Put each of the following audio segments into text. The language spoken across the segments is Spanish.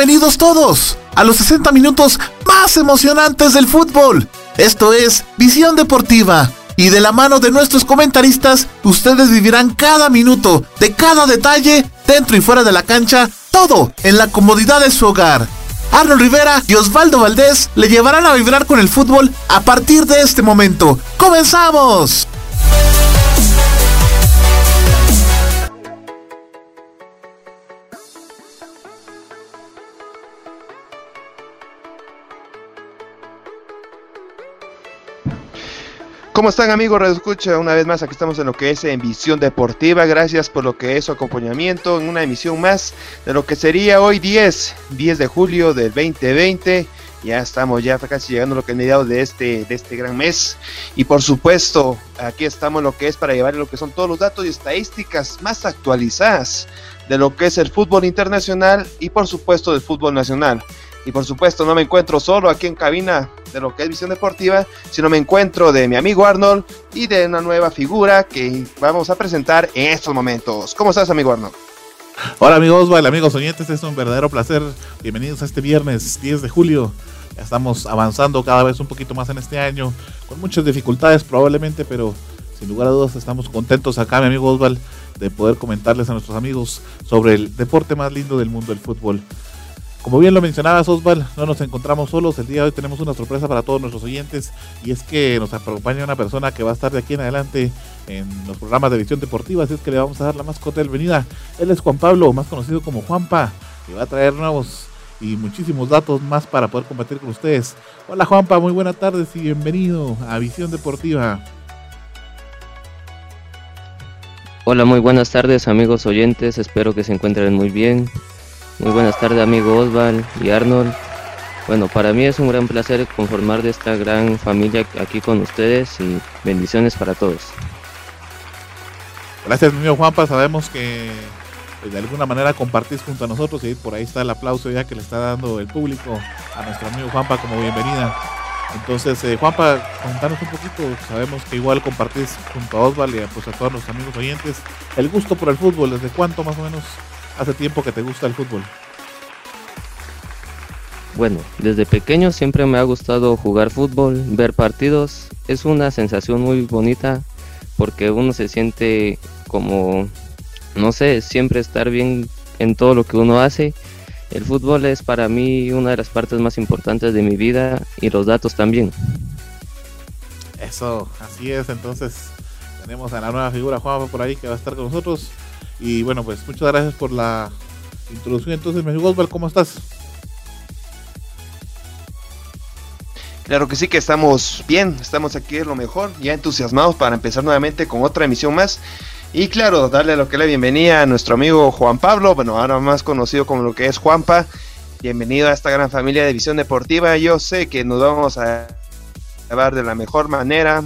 Bienvenidos todos a los 60 minutos más emocionantes del fútbol. Esto es Visión Deportiva. Y de la mano de nuestros comentaristas, ustedes vivirán cada minuto de cada detalle, dentro y fuera de la cancha, todo en la comodidad de su hogar. Arnold Rivera y Osvaldo Valdés le llevarán a vibrar con el fútbol a partir de este momento. ¡Comenzamos! ¿Cómo están, amigos? Radio Escucha, una vez más aquí estamos en lo que es en Visión Deportiva. Gracias por lo que es su acompañamiento en una emisión más de lo que sería hoy 10 de julio del 2020. Ya estamos ya casi llegando a lo que es mediados de este gran mes. Y por supuesto, aquí estamos lo que es para llevar lo que son todos los datos y estadísticas más actualizadas de lo que es el fútbol internacional y por supuesto del fútbol nacional. Y por supuesto no me encuentro solo aquí en cabina de lo que es Visión Deportiva, sino me encuentro de mi amigo Arnold y de una nueva figura que vamos a presentar en estos momentos. ¿Cómo estás, amigo Arnold? Hola, amigos Osvaldo, amigos oyentes, es un verdadero placer. Bienvenidos a este viernes 10 de julio. Ya estamos avanzando cada vez un poquito más en este año, con muchas dificultades probablemente, pero sin lugar a dudas estamos contentos acá, mi amigo Osvaldo, de poder comentarles a nuestros amigos sobre el deporte más lindo del mundo, el fútbol. Como bien lo mencionabas, Osvaldo, no nos encontramos solos. El día de hoy tenemos una sorpresa para todos nuestros oyentes, y es que nos acompaña una persona que va a estar de aquí en adelante en los programas de Visión Deportiva, así es que le vamos a dar la más cordial bienvenida. Él es Juan Pablo, más conocido como Juanpa, y va a traer nuevos y muchísimos datos más para poder compartir con ustedes. Hola, Juanpa, muy buenas tardes y bienvenido a Visión Deportiva. Hola, muy buenas tardes, amigos oyentes, espero que se encuentren muy bien. Muy buenas tardes, amigo Osvaldo y Arnold. Bueno, para mí es un gran placer conformar de esta gran familia aquí con ustedes y bendiciones para todos. Gracias, mi amigo Juanpa, sabemos que de alguna manera compartís junto a nosotros y por ahí está el aplauso ya que le está dando el público a nuestro amigo Juanpa como bienvenida. Entonces, Juanpa, contanos un poquito, sabemos que igual compartís junto a Osvaldo y pues, a todos los amigos oyentes el gusto por el fútbol. ¿Desde cuánto más o menos hace tiempo que te gusta el fútbol? Bueno, desde pequeño siempre me ha gustado jugar fútbol, ver partidos. Es una sensación muy bonita porque uno se siente como, no sé, siempre estar bien en todo lo que uno hace. El fútbol es para mí una de las partes más importantes de mi vida y los datos también. Eso, así es. Entonces tenemos a la nueva figura Juanpa por ahí que va a estar con nosotros. Y bueno, pues muchas gracias por la introducción. Entonces, mi amigo Osvaldo, ¿cómo estás? Claro que sí, que estamos bien, estamos aquí es lo mejor, ya entusiasmados para empezar nuevamente con otra emisión más. Y claro, darle lo que es la bienvenida a nuestro amigo Juan Pablo, bueno, ahora más conocido como lo que es Juanpa. Bienvenido a esta gran familia de Visión Deportiva. Yo sé que nos vamos a llevar de la mejor manera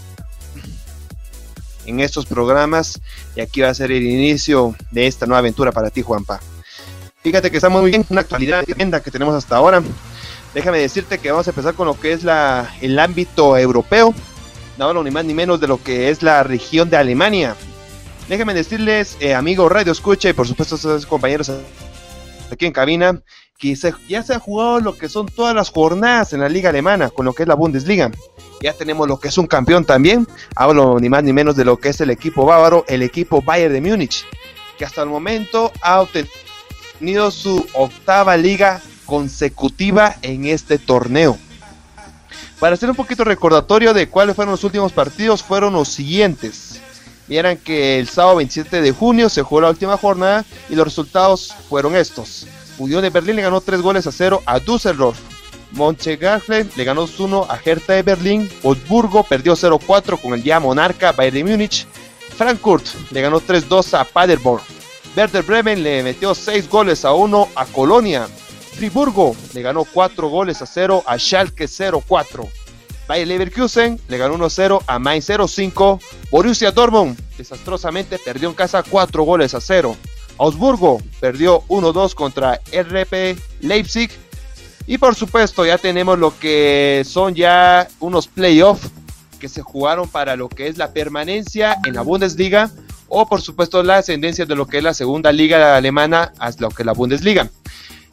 en estos programas, y aquí va a ser el inicio de esta nueva aventura para ti, Juanpa. Fíjate que está muy bien, una actualidad tremenda que tenemos hasta ahora. Déjame decirte que vamos a empezar con lo que es el ámbito europeo, no hablo ni más ni menos de lo que es la región de Alemania. Déjame decirles, amigos Radio Escucha y por supuesto a sus compañeros aquí en cabina, que ya se ha jugado lo que son todas las jornadas en la liga alemana, con lo que es la Bundesliga. Ya tenemos lo que es un campeón también. Hablo ni más ni menos de lo que es el equipo bávaro, el equipo Bayern de Múnich, que hasta el momento ha obtenido su octava liga consecutiva en este torneo. Para hacer un poquito recordatorio de cuáles fueron los últimos partidos, fueron los siguientes. Vieran que el sábado 27 de junio se jugó la última jornada y los resultados fueron estos. Unión de Berlín le ganó 3-0 a Düsseldorf. Mönchengladbach le ganó 1 a Hertha de Berlín. Wolfsburgo perdió 0-4 con el ya monarca Bayern de Múnich. Frankfurt le ganó 3-2 a Paderborn. Werder Bremen le metió 6-1 a Colonia. Friburgo le ganó 4-0 a Schalke 04. Bayer Leverkusen le ganó 1-0 a Mainz 05. Borussia Dortmund desastrosamente perdió en casa 4-0. Augsburgo perdió 1-2 contra RB Leipzig. Y por supuesto ya tenemos lo que son ya unos playoffs que se jugaron para lo que es la permanencia en la Bundesliga, o por supuesto la ascendencia de lo que es la segunda liga alemana hasta lo que es la Bundesliga.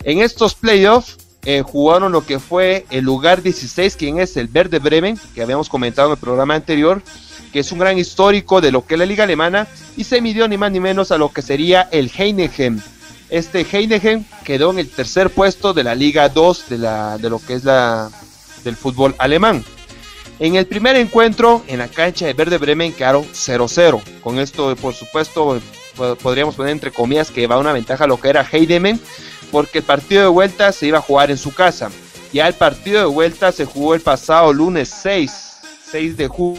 En estos playoffs jugaron lo que fue el lugar 16, quien es el Werder Bremen, que habíamos comentado en el programa anterior, que es un gran histórico de lo que es la liga alemana, y se midió ni más ni menos a lo que sería el Heiningen. Este Heiningen quedó en el tercer puesto de la Liga 2 de lo que es del fútbol alemán. En el primer encuentro, en la cancha de Werder Bremen, quedaron 0-0. Con esto, por supuesto, podríamos poner entre comillas que va una ventaja a lo que era Heidenheim, porque el partido de vuelta se iba a jugar en su casa. Ya el partido de vuelta se jugó el pasado lunes 6 de julio,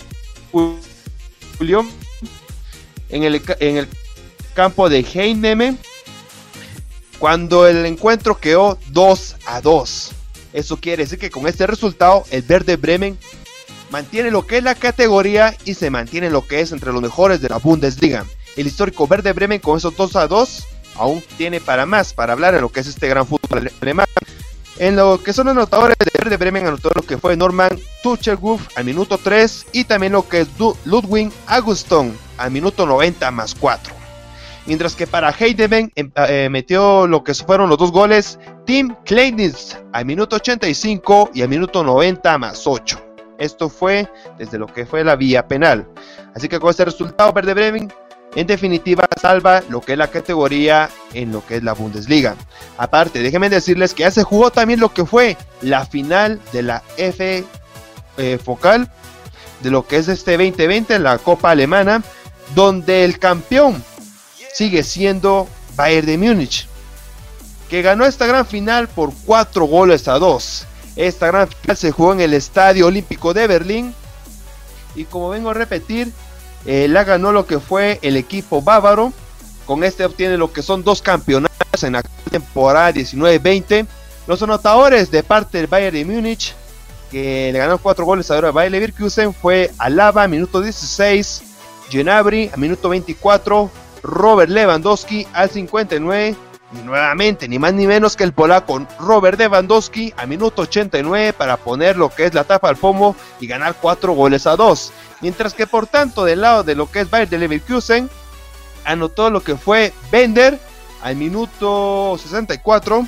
en el campo de Heidenheim, cuando el encuentro quedó 2-2. Eso quiere decir que con este resultado el Werder Bremen mantiene lo que es la categoría y se mantiene lo que es entre los mejores de la Bundesliga. El histórico Werder Bremen con esos 2-2 aún tiene para más, para hablar de lo que es este gran fútbol alemán. En lo que son los anotadores de Werder Bremen, anotó lo que fue Norman Tuchelwolf al minuto 3 y también lo que es Ludwig Augustsson al minuto 90 más 4. Mientras que para Heidenheim metió lo que fueron los 2 goles Tim Kleinitz al minuto 85 y al minuto 90 más 8. Esto fue desde lo que fue la vía penal. Así que con este resultado Werder Bremen en definitiva salva lo que es la categoría en lo que es la Bundesliga. Aparte, déjenme decirles que ya se jugó también lo que fue la final de la F Pokal de lo que es este 2020, la Copa Alemana, donde el campeón sigue siendo Bayern de Múnich, que ganó esta gran final por 4-2. Esta gran final se jugó en el Estadio Olímpico de Berlín y como vengo a repetir, la ganó lo que fue el equipo bávaro. Con este obtiene lo que son 2 campeonatos en la temporada 19-20. Los anotadores de parte del Bayern de Múnich, que le ganó 4 goles a Bayer Leverkusen, fue Alaba a minuto 16, Gnabry a minuto 24, Robert Lewandowski al 59 y nuevamente ni más ni menos que el polaco Robert Lewandowski a minuto 89 para poner lo que es la tapa al pomo y ganar 4-2. Mientras que por tanto del lado de lo que es Bayer de Leverkusen anotó lo que fue Bender al minuto 64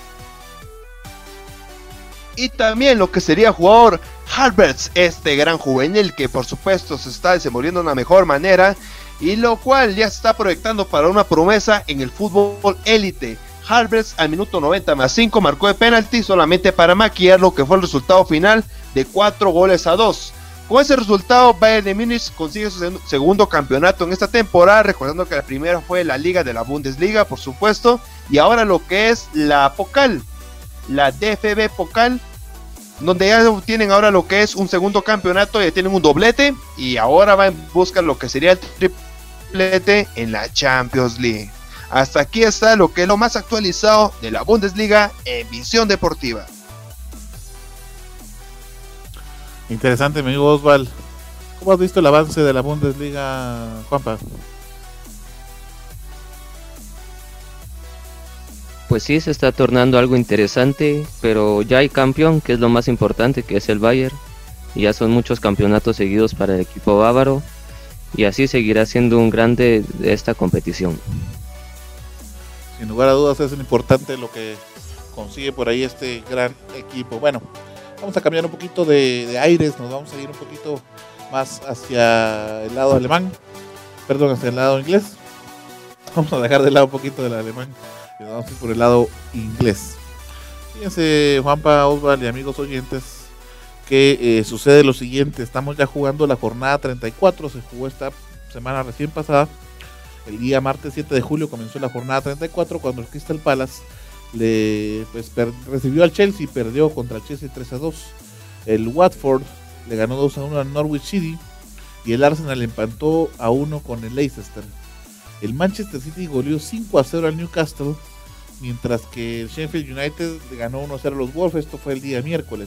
y también lo que sería jugador Havertz, este gran juvenil que por supuesto se está desenvolviendo de una mejor manera y lo cual ya se está proyectando para una promesa en el fútbol élite. Havertz al minuto 90 más 5 marcó de penalti solamente para maquillar lo que fue el resultado final de 4-2. Con ese resultado Bayern de Múnich consigue su segundo campeonato en esta temporada, recordando que la primera fue la liga de la Bundesliga por supuesto, y ahora lo que es la Pokal, la DFB Pokal, donde ya tienen ahora lo que es un segundo campeonato, ya tienen un doblete y ahora van a buscar lo que sería el triplete en la Champions League. Hasta aquí está lo que es lo más actualizado de la Bundesliga en Visión Deportiva. Interesante, mi amigo Osval. ¿Cómo has visto el avance de la Bundesliga, Juanpa? Pues sí, se está tornando algo interesante, pero ya hay campeón, que es lo más importante, que es el Bayern. Y ya son muchos campeonatos seguidos para el equipo bávaro, y así seguirá siendo un grande de esta competición. Sin lugar a dudas es importante lo que consigue por ahí este gran equipo. Bueno, vamos a cambiar un poquito de aires, nos vamos a ir un poquito más hacia el lado alemán, perdón, hacia el lado inglés. Vamos a dejar de lado un poquito del alemán y nos vamos a ir por el lado inglés. Fíjense, Juanpa, Osval y amigos oyentes, que sucede lo siguiente. Estamos ya jugando la jornada 34, se jugó esta semana recién pasada. El día martes 7 de julio comenzó la jornada 34 cuando el Crystal Palace recibió al Chelsea y perdió contra el Chelsea 3-2. El Watford le ganó 2-1 al Norwich City y el Arsenal empató a 1 con el Leicester. El Manchester City goleó 5-0 al Newcastle, mientras que el Sheffield United le ganó 1-0 a los Wolves. Esto fue el día miércoles.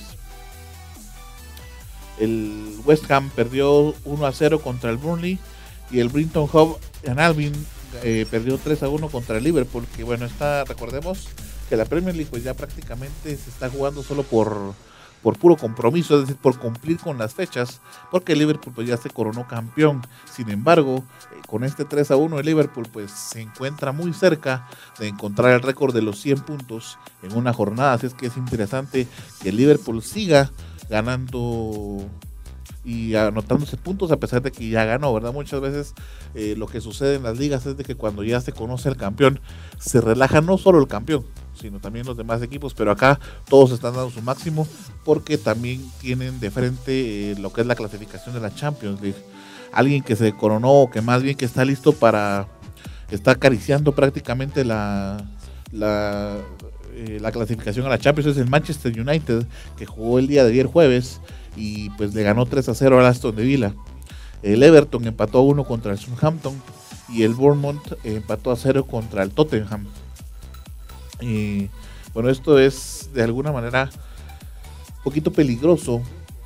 El West Ham perdió 1-0 contra el Burnley y el Brighton Hove Albion perdió 3-1 contra el Liverpool. Que bueno, recordemos que la Premier League pues ya prácticamente se está jugando solo por por puro compromiso, es decir, por cumplir con las fechas, porque el Liverpool pues ya se coronó campeón. Sin embargo, con este 3-1 el Liverpool pues se encuentra muy cerca de encontrar el récord de los 100 puntos en una jornada, así es que es interesante que el Liverpool siga ganando y anotándose puntos a pesar de que ya ganó, ¿verdad? Muchas veces lo que sucede en las ligas es de que cuando ya se conoce al campeón, se relaja no solo el campeón, sino también los demás equipos, pero acá todos están dando su máximo porque también tienen de frente lo que es la clasificación de la Champions League. Alguien que se coronó, o que más bien que está listo está acariciando prácticamente la clasificación a la Champions es el Manchester United, que jugó el día de ayer jueves y pues le ganó 3-0 al Aston Villa. El Everton empató a 1 contra el Southampton y el Bournemouth empató a 0 contra el Tottenham. Y bueno, esto es de alguna manera un poquito peligroso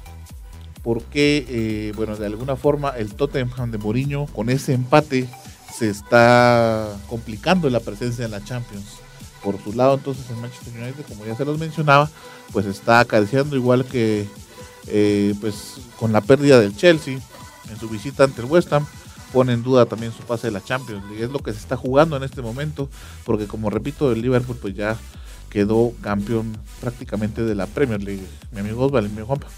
porque bueno, de alguna forma el Tottenham de Mourinho con ese empate se está complicando la presencia en la Champions. Por su lado, entonces el Manchester United, como ya se los mencionaba, pues está acariciando, igual que pues con la pérdida del Chelsea en su visita ante el West Ham, pone en duda también su pase de la Champions League. Es lo que se está jugando en este momento, porque como repito, el Liverpool pues ya quedó campeón prácticamente de la Premier League. Mi amigo Osvaldo, mi Juanpa.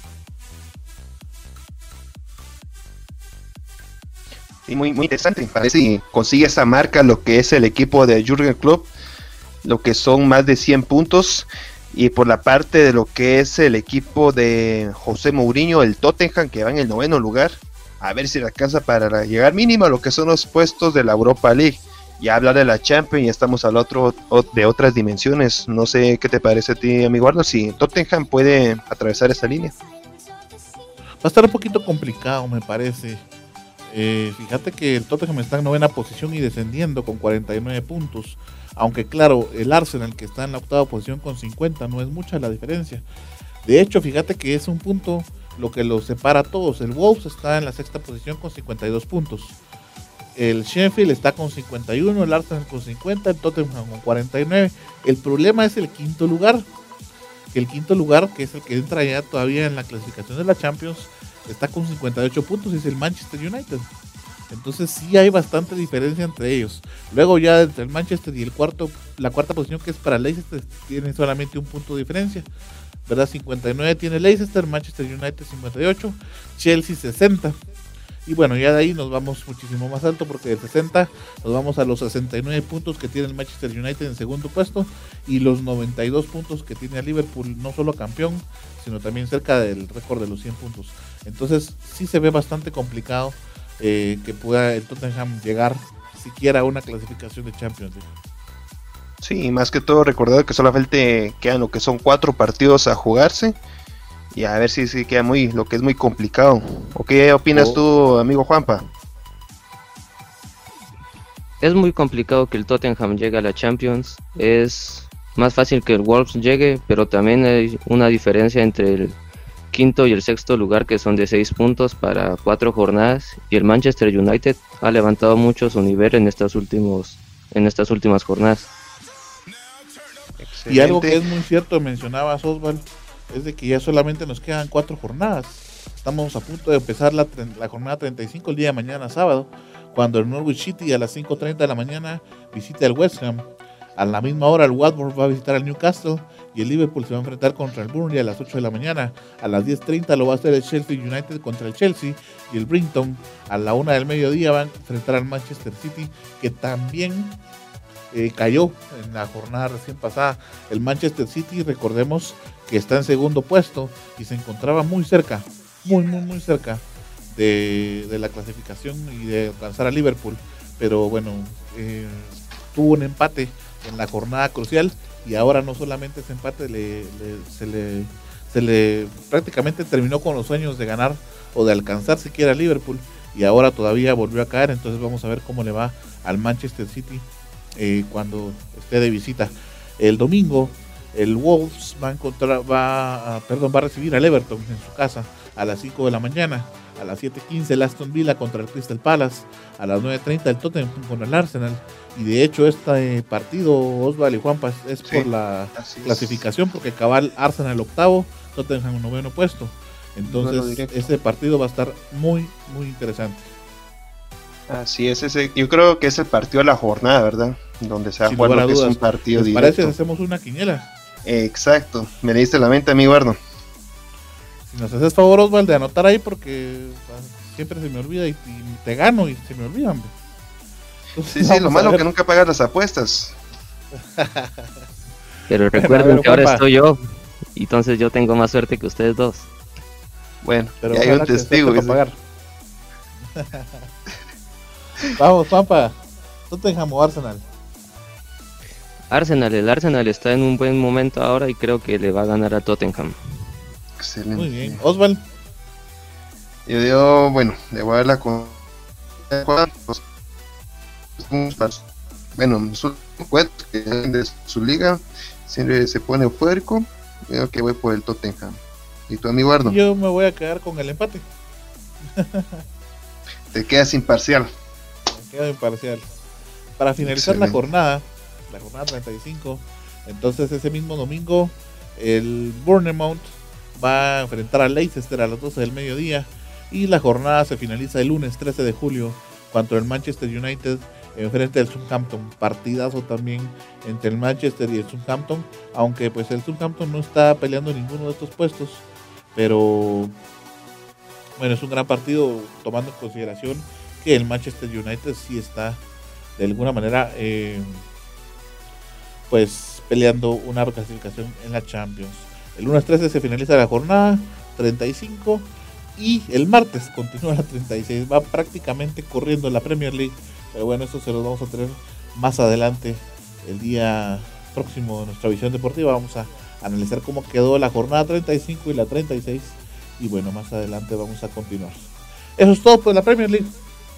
Sí, muy interesante. Parece que consigue esa marca lo que es el equipo de Jürgen Klopp, lo que son más de 100 puntos. Y por la parte de lo que es el equipo de José Mourinho, el Tottenham, que va en el 9º lugar, a ver si le alcanza para llegar mínimo a lo que son los puestos de la Europa League. Ya hablar de la Champions, ya estamos al otro de otras dimensiones. No sé qué te parece a ti, amigo Arnold, si Tottenham puede atravesar esa línea. Va a estar un poquito complicado, me parece. Fíjate que el Tottenham está en 9ª posición y descendiendo con 49 puntos. Aunque claro, el Arsenal, que está en la 8ª posición con 50, no es mucha la diferencia. De hecho, fíjate que es un punto lo que los separa a todos. El Wolves está en la 6ª posición con 52 puntos. El Sheffield está con 51, el Arsenal con 50, el Tottenham con 49. El problema es el quinto lugar. El quinto lugar, que es el que entra ya todavía en la clasificación de la Champions, está con 58 puntos y es el Manchester United. Entonces sí hay bastante diferencia entre ellos. Luego ya entre el Manchester y la cuarta posición, que es para Leicester, tiene solamente un punto de diferencia, ¿verdad? 59 tiene Leicester, Manchester United 58, Chelsea 60. Y bueno, ya de ahí nos vamos muchísimo más alto, porque de 60 nos vamos a los 69 puntos que tiene el Manchester United en segundo puesto y los 92 puntos que tiene el Liverpool, no solo campeón, sino también cerca del récord de los 100 puntos. Entonces sí se ve bastante complicado que pueda el Tottenham llegar siquiera a una clasificación de Champions League. Sí, más que todo recordar que solamente quedan lo que son 4 partidos a jugarse y a ver si queda lo que es muy complicado. ¿O qué opinas tú, amigo Juanpa? Es muy complicado que el Tottenham llegue a la Champions. Es más fácil que el Wolves llegue, pero también hay una diferencia entre el quinto y el sexto lugar, que son de 6 puntos para 4 jornadas, y el Manchester United ha levantado mucho su nivel en estas últimas jornadas. Excelente. Y algo que es muy cierto, mencionabas, Osvaldo, es de que ya solamente nos quedan 4 jornadas. Estamos a punto de empezar la jornada 35 el día de mañana, sábado, cuando el Norwich City a las 5:30 de la mañana visita el West Ham. A la misma hora el Watford va a visitar al Newcastle y el Liverpool se va a enfrentar contra el Burnley a las 8 de la mañana. A las 10:30 lo va a hacer el Sheffield United contra el Chelsea, y el Brighton a la 1 del mediodía va a enfrentar al Manchester City, que también cayó en la jornada recién pasada. El Manchester City, recordemos que está en segundo puesto y se encontraba muy cerca, muy cerca de la clasificación y de alcanzar a Liverpool, pero bueno, tuvo un empate en la jornada crucial y ahora no solamente ese empate se le prácticamente terminó con los sueños de ganar o de alcanzar siquiera a Liverpool, y ahora todavía volvió a caer. Entonces vamos a ver cómo le va al Manchester City cuando esté de visita. El domingo el Wolves va a recibir al Everton en su casa a las 5 de la mañana. A las 7:15 el Aston Villa contra el Crystal Palace. A las 9:30 el Tottenham contra el Arsenal. Y de hecho este partido, Osvaldo y Juanpa, es por la clasificación, porque cabal Arsenal octavo, Tottenham en noveno puesto. Entonces Bueno, ese partido va a estar muy interesante. Así es, yo creo que es el partido de la jornada, ¿verdad? Donde se va a Sin jugar lugar a lo que es dudas. un partido ¿Les parece si directo. hacemos una quiniela? Exacto, me leíste la mente, amigo Arno. Si nos haces favor, Osvaldo, de anotar ahí porque siempre se me olvida y te gano y se me olvidan. Hombre. Entonces, Sí, lo vamos a malo ver. que nunca pagas las apuestas. Pero a recuerden ver, que ahora Juanpa. estoy yo, y entonces yo tengo más suerte que ustedes dos. Bueno, Pero ya hay ojalá un que testigo. esté para dice. pagar. Vamos, Pampa. Tottenham o Arsenal. El Arsenal está en un buen momento ahora y creo que le va a ganar a Tottenham. Excelente. Muy bien. Osvaldo. Yo digo, bueno, le voy a dar la bueno, su que de su liga siempre se pone puerco. Creo que voy por el Tottenham. ¿Y tu amigo Arno? Yo me voy a quedar con el empate. Te quedas imparcial. Me quedo imparcial. Para finalizar Excelente. la jornada 35, entonces ese mismo domingo el Bournemouth va a enfrentar a Leicester a las 12 del mediodía y la jornada se finaliza el lunes 13 de julio cuando el Manchester United enfrente al Southampton. Partidazo también entre el Manchester y el Southampton, aunque pues el Southampton no está peleando ninguno de estos puestos, pero bueno, es un gran partido tomando en consideración que el Manchester United sí está de alguna manera pues peleando una clasificación en la Champions. El lunes 13 se finaliza la jornada 35 y el martes continúa la 36. Va prácticamente corriendo la Premier League, pero bueno, eso se lo vamos a tener más adelante el día próximo de nuestra visión deportiva. Vamos a analizar cómo quedó la jornada 35 y la 36 y bueno, más adelante vamos a continuar. Eso es todo por la Premier League.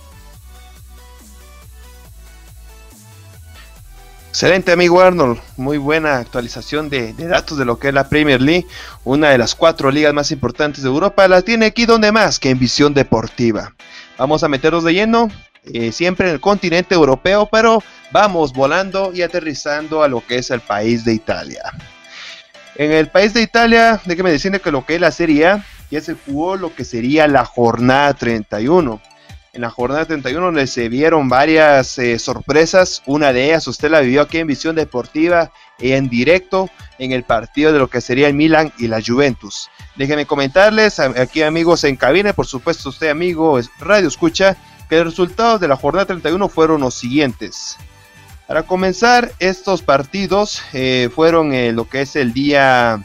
Excelente, amigo Arnold, muy buena actualización de datos de lo que es la Premier League, una de las 4 ligas más importantes de Europa. La tiene aquí donde más que en Visión Deportiva. Vamos a meternos de lleno, siempre en el continente europeo, pero vamos volando y aterrizando a lo que es el país de Italia. En el país de Italia, déjeme decirle que lo que es la Serie A, ya se jugó lo que sería la jornada 31. En la jornada 31 donde se vieron varias sorpresas, una de ellas usted la vivió aquí en Visión Deportiva en directo en el partido de lo que sería el Milan y la Juventus. Déjenme comentarles aquí, amigos en cabina, por supuesto usted, amigo Radio Escucha, que los resultados de la jornada 31 fueron los siguientes. Para comenzar, estos partidos fueron lo que es el día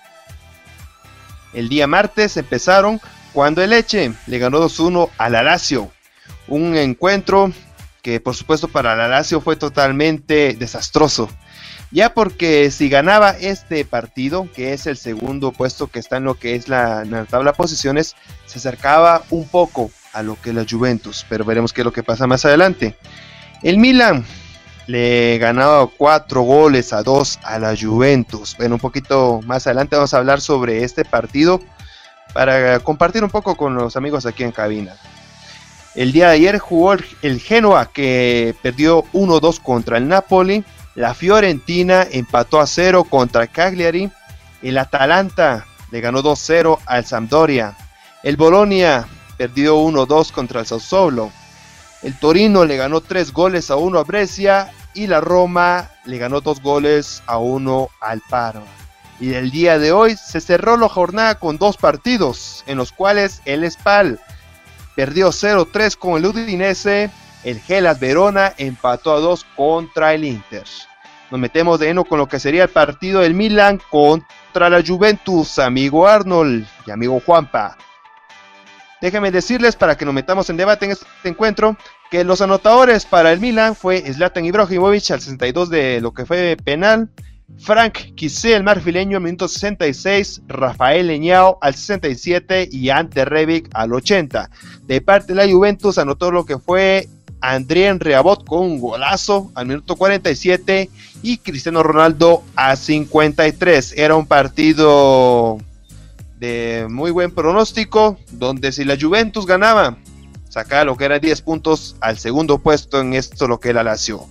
martes, empezaron cuando el Lecce le ganó 2-1 a la Lazio, un encuentro que por supuesto para la Lazio fue totalmente desastroso, ya porque si ganaba este partido, que es el segundo puesto que está en lo que es en la tabla de posiciones, se acercaba un poco a lo que es la Juventus, pero veremos qué es lo que pasa más adelante. El Milan le ganaba 4-2 a la Juventus. Bueno, un poquito más adelante vamos a hablar sobre este partido para compartir un poco con los amigos aquí en cabina. El día de ayer jugó el Genoa, que perdió 1-2 contra el Napoli. La Fiorentina empató a 0 contra Cagliari. El Atalanta le ganó 2-0 al Sampdoria. El Bologna perdió 1-2 contra el Sassuolo. El Torino le ganó 3-1 a Brescia. Y la Roma le ganó 2-1 al Parma. Y el día de hoy se cerró la jornada con 2 partidos, en los cuales el Spal perdió 0-3 con el Udinese, el Hellas Verona empató a 2 contra el Inter. Nos metemos de lleno con lo que sería el partido del Milan contra la Juventus, amigo Arnold y amigo Juanpa. Déjenme decirles, para que nos metamos en debate en este encuentro, que los anotadores para el Milan fue Zlatan Ibrahimovic al 62 de lo que fue penal, Frank Kissé, el marfileño, al minuto 66, Rafael Leñao al 67 y Ante Rebic al 80. De parte de la Juventus anotó lo que fue Adrien Rabiot con un golazo al minuto 47 y Cristiano Ronaldo a 53. Era un partido de muy buen pronóstico, donde si la Juventus ganaba, sacaba lo que era 10 puntos al segundo puesto en esto, lo que era Lazio.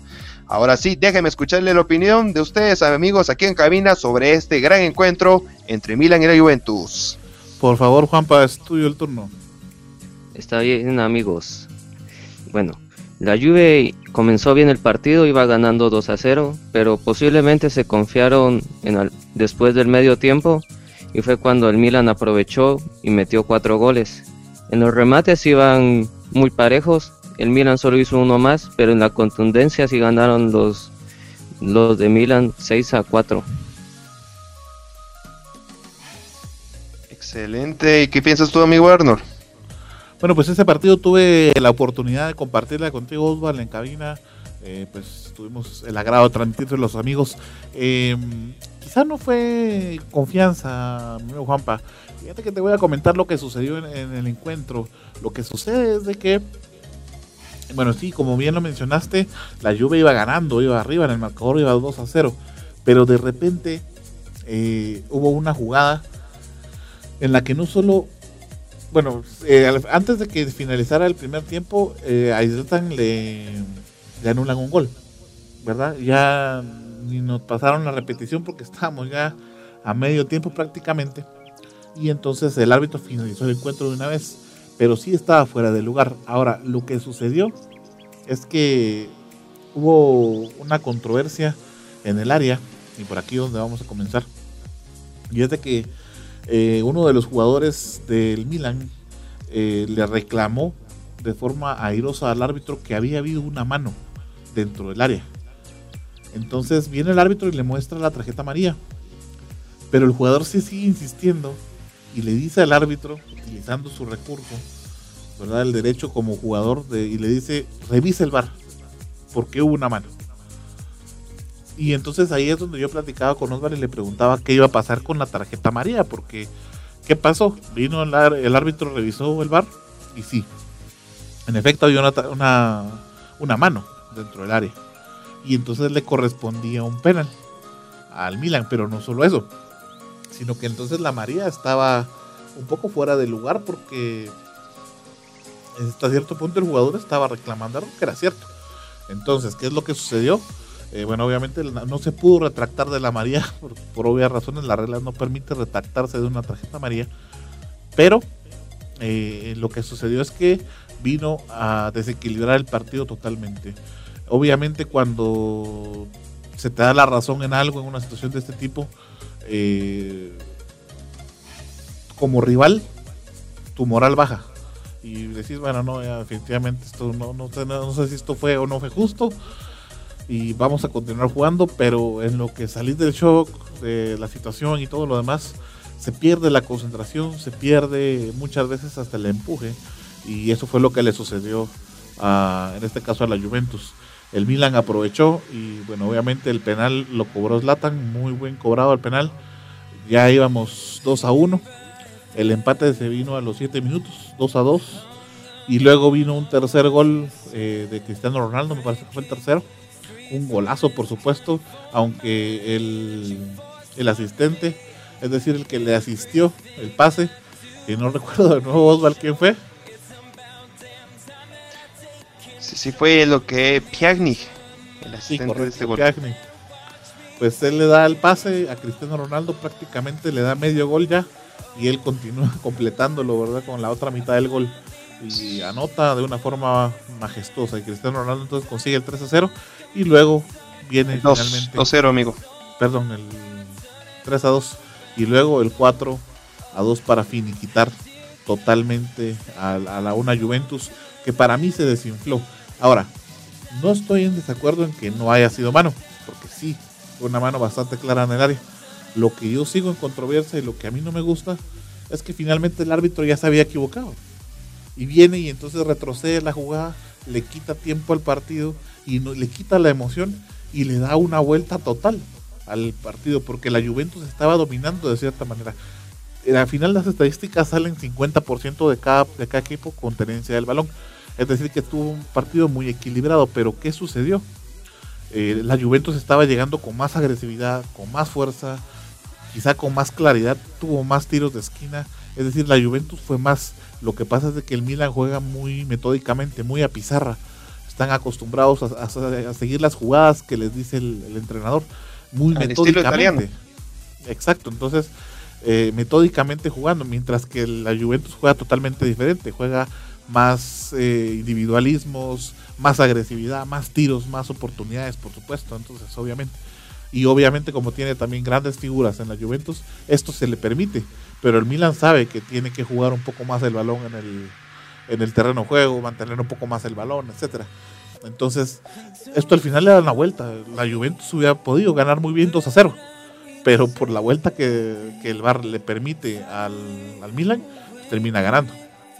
Ahora sí, déjenme escucharle la opinión de ustedes, amigos, aquí en cabina sobre este gran encuentro entre Milan y la Juventus. Por favor, Juanpa, es tuyo el turno. Está bien, amigos. Bueno, la Juve comenzó bien el partido, iba ganando 2-0, pero posiblemente se confiaron después del medio tiempo y fue cuando el Milan aprovechó y metió 4 goles. En los remates iban muy parejos, el Milan solo hizo uno más, pero en la contundencia sí ganaron los de Milan 6-4. Excelente. ¿Y qué piensas tú, amigo Arnold? Bueno, pues ese partido tuve la oportunidad de compartirla contigo, Osvaldo, en cabina. Pues tuvimos el agrado de transmitirse a los amigos. Quizá no fue confianza, amigo Juanpa. Fíjate que te voy a comentar lo que sucedió en el encuentro. Lo que sucede es de que, bueno, sí, como bien lo mencionaste, la Juve iba ganando, iba arriba en el marcador, iba 2-0. Pero de repente hubo una jugada en la que no solo... Bueno, antes de que finalizara el primer tiempo, a Zlatan le anulan un gol, ¿verdad? Ya ni nos pasaron la repetición porque estábamos ya a medio tiempo prácticamente. Y entonces el árbitro finalizó el encuentro de una vez, pero sí estaba fuera de lugar. Ahora, lo que sucedió es que hubo una controversia en el área, y por aquí es donde vamos a comenzar. Y es de que uno de los jugadores del Milan le reclamó de forma airosa al árbitro que había habido una mano dentro del área. Entonces viene el árbitro y le muestra la tarjeta amarilla, pero el jugador sí sigue insistiendo y le dice al árbitro, utilizando su recurso, ¿verdad?, el derecho como jugador, y le dice: revisa el VAR porque hubo una mano. Y entonces ahí es donde yo platicaba con Osvaldo y le preguntaba qué iba a pasar con la tarjeta amarilla, porque ¿qué pasó? Vino el árbitro, revisó el VAR y sí, en efecto había una mano dentro del área, y entonces le correspondía un penal al Milan. Pero no solo eso, sino que entonces la amarilla estaba un poco fuera de lugar, porque hasta cierto punto el jugador estaba reclamando algo que era cierto. Entonces, ¿qué es lo que sucedió? Bueno, obviamente no se pudo retractar de la amarilla por obvias razones. La regla no permite retractarse de una tarjeta amarilla, pero lo que sucedió es que vino a desequilibrar el partido totalmente. Obviamente cuando se te da la razón en algo, en una situación de este tipo, como rival, tu moral baja y decís: bueno, no, definitivamente esto no sé si esto fue o no fue justo, y vamos a continuar jugando. Pero en lo que salís del shock de la situación y todo lo demás, se pierde la concentración, se pierde muchas veces hasta el empuje, y eso fue lo que le sucedió en este caso a la Juventus. El Milan aprovechó y bueno, obviamente el penal lo cobró Zlatan, muy buen cobrado el penal. Ya íbamos 2-1, el empate se vino a los 7 minutos, 2-2, y luego vino un tercer gol de Cristiano Ronaldo, me parece que fue el tercero. Un golazo, por supuesto, aunque el asistente, es decir, el que le asistió el pase, que no recuerdo de nuevo, Osvaldo, quién fue. Sí, fue lo que Pjanic, el asistente, correcto, de este gol. Pjanic. Pues él le da el pase a Cristiano Ronaldo, prácticamente le da medio gol ya, y él continúa completándolo, ¿verdad?, con la otra mitad del gol, y anota de una forma majestuosa, y Cristiano Ronaldo entonces consigue el 3-0, y luego viene finalmente 2-0, amigo. Perdón, el 3-2, y luego el 4-2 para finiquitar totalmente a una Juventus que para mí se desinfló. Ahora, no estoy en desacuerdo en que no haya sido mano, porque sí, fue una mano bastante clara en el área. Lo que yo sigo en controversia y lo que a mí no me gusta es que finalmente el árbitro ya se había equivocado y viene y entonces retrocede la jugada, le quita tiempo al partido y le quita la emoción y le da una vuelta total al partido, porque la Juventus estaba dominando de cierta manera. Al final las estadísticas salen 50% de cada equipo con tenencia del balón, es decir que tuvo un partido muy equilibrado. Pero ¿qué sucedió? La Juventus estaba llegando con más agresividad, con más fuerza, quizá con más claridad, tuvo más tiros de esquina, es decir, la Juventus fue más. Lo que pasa es de que el Milan juega muy metódicamente, muy a pizarra. están acostumbrados a seguir las jugadas que les dice el entrenador, muy al estilo italiano. metódicamente. Exacto, entonces metódicamente jugando, mientras que la Juventus juega totalmente diferente, juega más individualismos, más agresividad, más tiros, más oportunidades, por supuesto. Entonces obviamente como tiene también grandes figuras en la Juventus, esto se le permite, pero el Milan sabe que tiene que jugar un poco más el balón en el terreno de juego, mantener un poco más el balón, etcétera. Entonces esto al final le da una vuelta. La Juventus hubiera podido ganar muy bien 2-0, pero por la vuelta que el VAR le permite al Milan, termina ganando.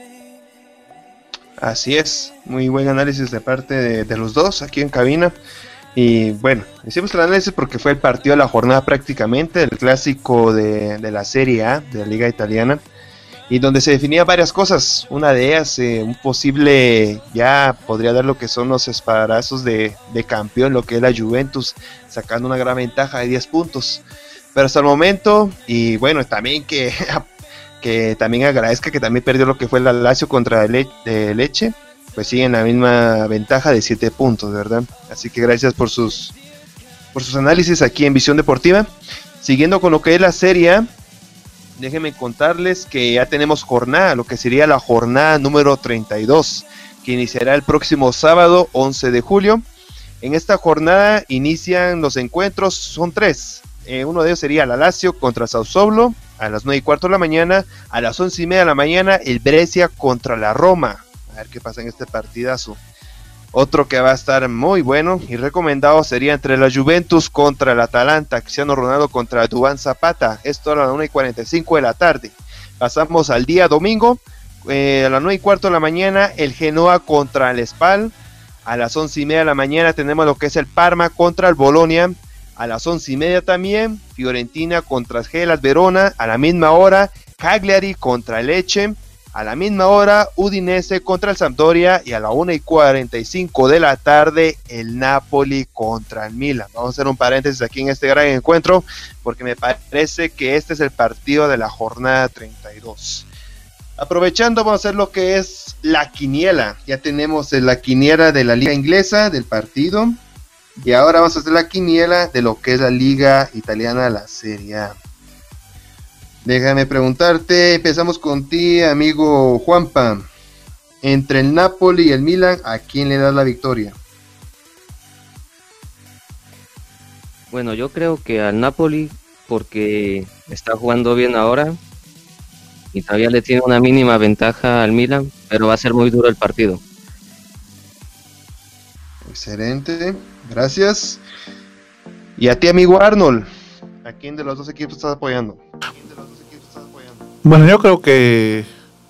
Así es, muy buen análisis de parte de los dos aquí en cabina. Y bueno, hicimos el análisis porque fue el partido de la jornada prácticamente, el clásico de la Serie A, de la Liga Italiana, y donde se definían varias cosas. Una de ellas, un posible, ya podría dar lo que son los espadarazos de campeón, lo que es la Juventus, sacando una gran ventaja de 10 puntos. Pero hasta el momento, y bueno, también que también agradezca que también perdió lo que fue la Lazio contra Lecce, pues siguen la misma ventaja de 7 puntos, ¿verdad? Así que gracias por sus análisis aquí en Visión Deportiva. Siguiendo con lo que es la Serie A, déjenme contarles que ya tenemos jornada, lo que sería la jornada número 32, que iniciará el próximo sábado 11 de julio. En esta jornada inician los encuentros, son 3. Uno de ellos sería la Lazio contra Sassuolo a las 9:15 de la mañana. A las 11:30 de la mañana el Brescia contra la Roma. A ver qué pasa en este partidazo. Otro que va a estar muy bueno y recomendado sería entre la Juventus contra el Atalanta, Cristiano Ronaldo contra Duván Zapata. Esto a las 1:45 de la tarde. Pasamos al día domingo. A las 9:15 de la mañana el Genoa contra el Spal. A las 11:30 de la mañana tenemos lo que es el Parma contra el Bolonia. A las 11:30 también, Fiorentina contra Hellas Verona. A la misma hora, Cagliari contra Lecce. A la misma hora, Udinese contra el Sampdoria. Y a la 1:45 de la tarde, el Napoli contra el Milan. Vamos a hacer un paréntesis aquí en este gran encuentro, porque me parece que este es el partido de la jornada 32. Aprovechando, vamos a hacer lo que es la quiniela. Ya tenemos la quiniela de la liga inglesa, del partido. Y ahora vamos a hacer la quiniela de lo que es la liga italiana, la Serie A. Déjame preguntarte, empezamos con ti, amigo Juanpa. Entre el Napoli y el Milan, ¿a quién le das la victoria? Bueno, yo creo que al Napoli, porque está jugando bien ahora y todavía le tiene una mínima ventaja al Milan, pero va a ser muy duro el partido. Excelente, gracias. Y a ti, amigo Arnold, ¿a quién de los dos equipos estás apoyando? Bueno, yo creo que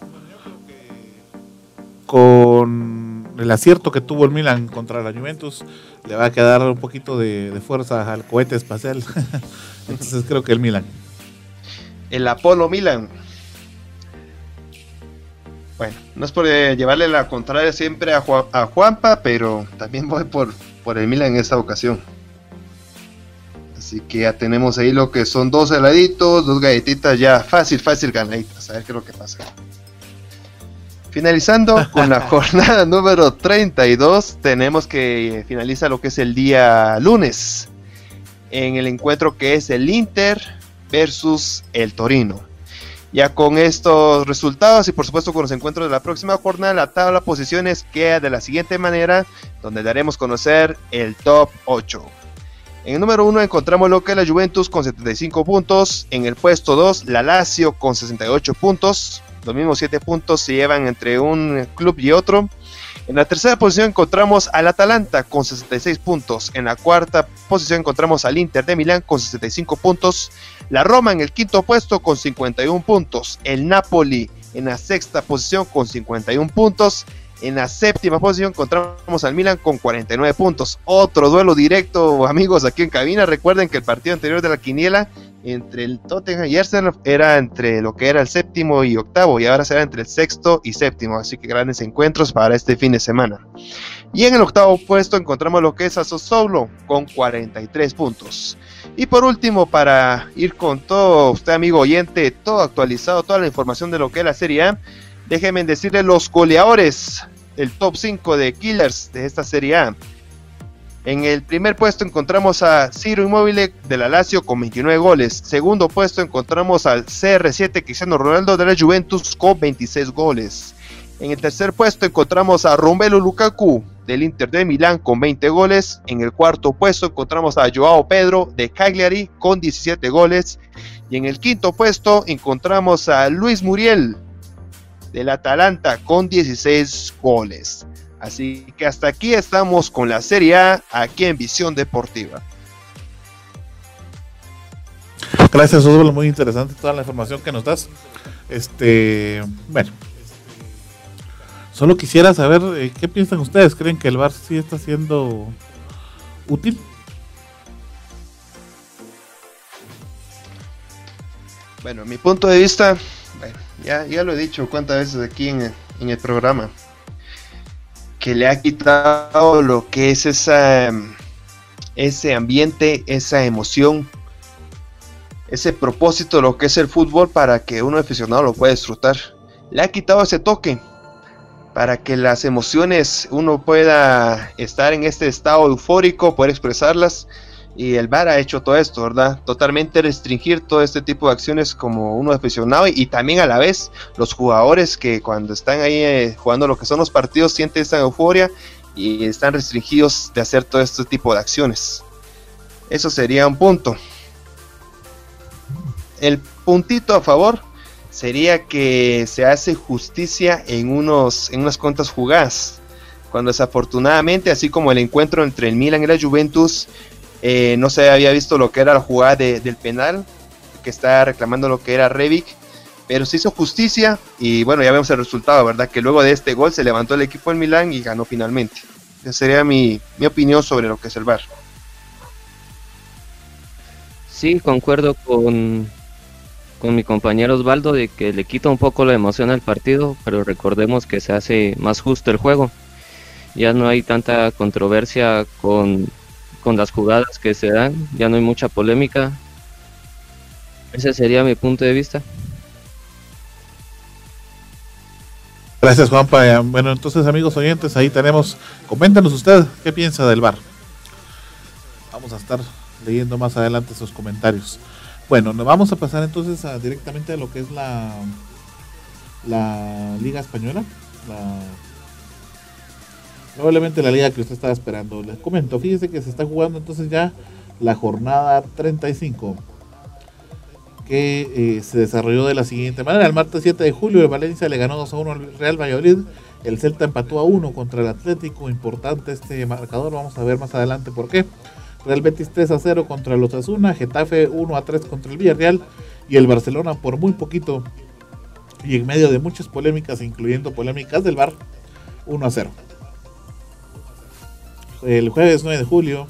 con el acierto que tuvo el Milan contra la Juventus, le va a quedar un poquito de fuerza al cohete espacial. Entonces creo que el Milan. El Apolo Milan. Bueno, no es por llevarle la contraria siempre a Juanpa, pero también voy por el Milan en esta ocasión. Así que ya tenemos ahí lo que son 2 heladitos, 2 galletitas ya fácil ganaditas. A ver qué es lo que pasa. Finalizando con la jornada número 32, tenemos que finaliza lo que es el día lunes, en el encuentro que es el Inter versus el Torino. Ya con estos resultados y por supuesto con los encuentros de la próxima jornada, la tabla de posiciones queda de la siguiente manera, donde daremos a conocer el top 8. En el número 1 encontramos lo que es la Juventus con 75 puntos, en el puesto 2 la Lazio con 68 puntos, los mismos 7 puntos se llevan entre un club y otro. En la tercera posición encontramos al Atalanta con 66 puntos. En la cuarta posición encontramos al Inter de Milán con 65 puntos. La Roma en el quinto puesto con 51 puntos. El Napoli en la sexta posición con 51 puntos. En la séptima posición encontramos al Milan con 49 puntos. Otro duelo directo, amigos, aquí en cabina. Recuerden que el partido anterior de la quiniela entre el Tottenham y Arsenal era entre lo que era el séptimo y octavo, y ahora será entre el sexto y séptimo, así que grandes encuentros para este fin de semana. Y en el octavo puesto encontramos lo que es a Sassuolo con 43 puntos. Y por último, para ir con todo usted, amigo oyente, todo actualizado, toda la información de lo que es la Serie A, déjenme decirles los goleadores el top 5 de killers de esta Serie A. En el primer puesto encontramos a Ciro Immobile de la Lazio con 29 goles. Segundo puesto encontramos al CR7 Cristiano Ronaldo de la Juventus con 26 goles. En el tercer puesto encontramos a Romelu Lukaku del Inter de Milán con 20 goles. En el cuarto puesto encontramos a Joao Pedro de Cagliari con 17 goles. Y en el quinto puesto encontramos a Luis Muriel del Atalanta con 16 goles. Así que hasta aquí estamos con la Serie A aquí en Visión Deportiva. Gracias, Osvaldo, muy interesante toda la información que nos das. Bueno, solo quisiera saber qué piensan ustedes. ¿Creen que el VAR sí está siendo útil? Bueno, mi punto de vista, bueno, ya lo he dicho cuántas veces aquí en el programa, que le ha quitado lo que es ese ambiente, esa emoción, ese propósito, lo que es el fútbol, para que uno aficionado lo pueda disfrutar. Le ha quitado ese toque para que las emociones uno pueda estar en este estado eufórico, poder expresarlas. Y el VAR ha hecho todo esto, ¿verdad? Totalmente restringir todo este tipo de acciones como uno aficionado, y también a la vez los jugadores que cuando están ahí jugando lo que son los partidos sienten esta euforia y están restringidos de hacer todo este tipo de acciones. Eso sería un punto. El puntito a favor sería que se hace justicia en unas cuantas jugadas. Cuando desafortunadamente, así como el encuentro entre el Milan y la Juventus, no se había visto lo que era la jugada del penal que está reclamando lo que era Rebic, pero se hizo justicia y bueno, ya vemos el resultado, ¿verdad? Que luego de este gol se levantó el equipo del Milán y ganó finalmente. Esa sería mi opinión sobre lo que es el VAR. Sí, concuerdo con mi compañero Osvaldo de que le quita un poco la emoción al partido, pero recordemos que se hace más justo el juego. Ya no hay tanta controversia con las jugadas que se dan, ya no hay mucha polémica. Ese sería mi punto de vista. Gracias, Juanpa. Bueno, entonces, amigos oyentes, ahí tenemos. Coméntanos usted qué piensa del VAR. Vamos a estar leyendo más adelante sus comentarios. Bueno, nos vamos a pasar entonces directamente a lo que es la Liga Española. Probablemente la liga que usted estaba esperando. Les comento, fíjese que se está jugando entonces ya la jornada 35, que se desarrolló de la siguiente manera. El martes 7 de julio el Valencia le ganó 2-1 al Real Valladolid. El Celta empató a 1 contra el Atlético. Importante este marcador, vamos a ver más adelante por qué. Real Betis 3-0 contra el Osasuna. Getafe 1-3 contra el Villarreal. Y el Barcelona por muy poquito y en medio de muchas polémicas, incluyendo polémicas del VAR, 1-0. El jueves 9 de julio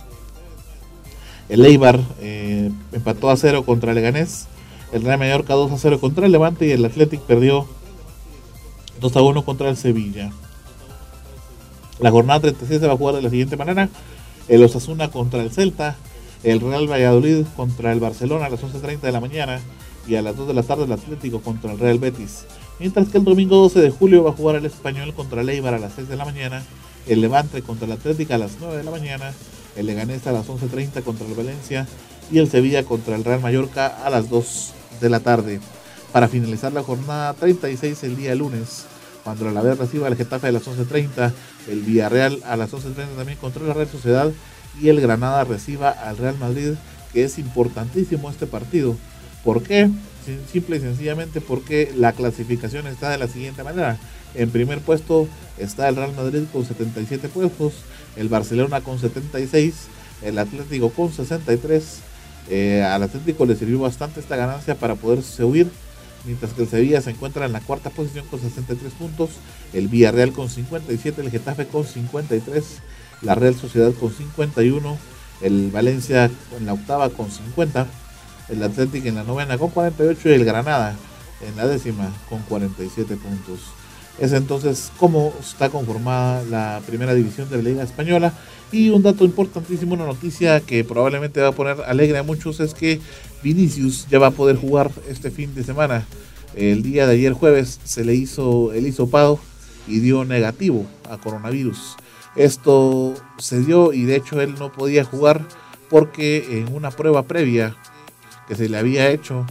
el Eibar empató a 0 contra el Leganés. El Real Mallorca 2-0 contra el Levante. Y el Athletic perdió 2-1 contra el Sevilla. La jornada 36 se va a jugar de la siguiente manera: el Osasuna contra el Celta, el Real Valladolid contra el Barcelona a las 11:30 de la mañana, y a las 2 de la tarde el Atlético contra el Real Betis. Mientras que el domingo 12 de julio va a jugar el Español contra el Eibar a las 6 de la mañana, el Levante contra el Atlético a las 9 de la mañana, el Leganés a las 11:30 contra el Valencia y el Sevilla contra el Real Mallorca a las 2 de la tarde. Para finalizar la jornada 36 el día lunes, cuando el Alavés reciba al Getafe a las 11:30, el Villarreal a las 11:30 también contra la Real Sociedad, y el Granada reciba al Real Madrid, que es importantísimo este partido. ¿Por qué? Simple y sencillamente porque la clasificación está de la siguiente manera: en primer puesto está el Real Madrid con 77 puestos, el Barcelona con 76, el Atlético con 63. Al Atlético le sirvió bastante esta ganancia para poder subir, mientras que el Sevilla se encuentra en la cuarta posición con 63 puntos, el Villarreal con 57, el Getafe con 53, la Real Sociedad con 51, el Valencia en la octava con 50, el Atlético en la novena con 48 y el Granada en la décima con 47 puntos. Es entonces cómo está conformada la primera división de la Liga Española. Y un dato importantísimo, una noticia que probablemente va a poner alegre a muchos, es que Vinicius ya va a poder jugar este fin de semana. El día de ayer jueves se le hizo el hisopado y dio negativo a coronavirus. Esto se dio y de hecho él no podía jugar porque en una prueba previa que se le había hecho,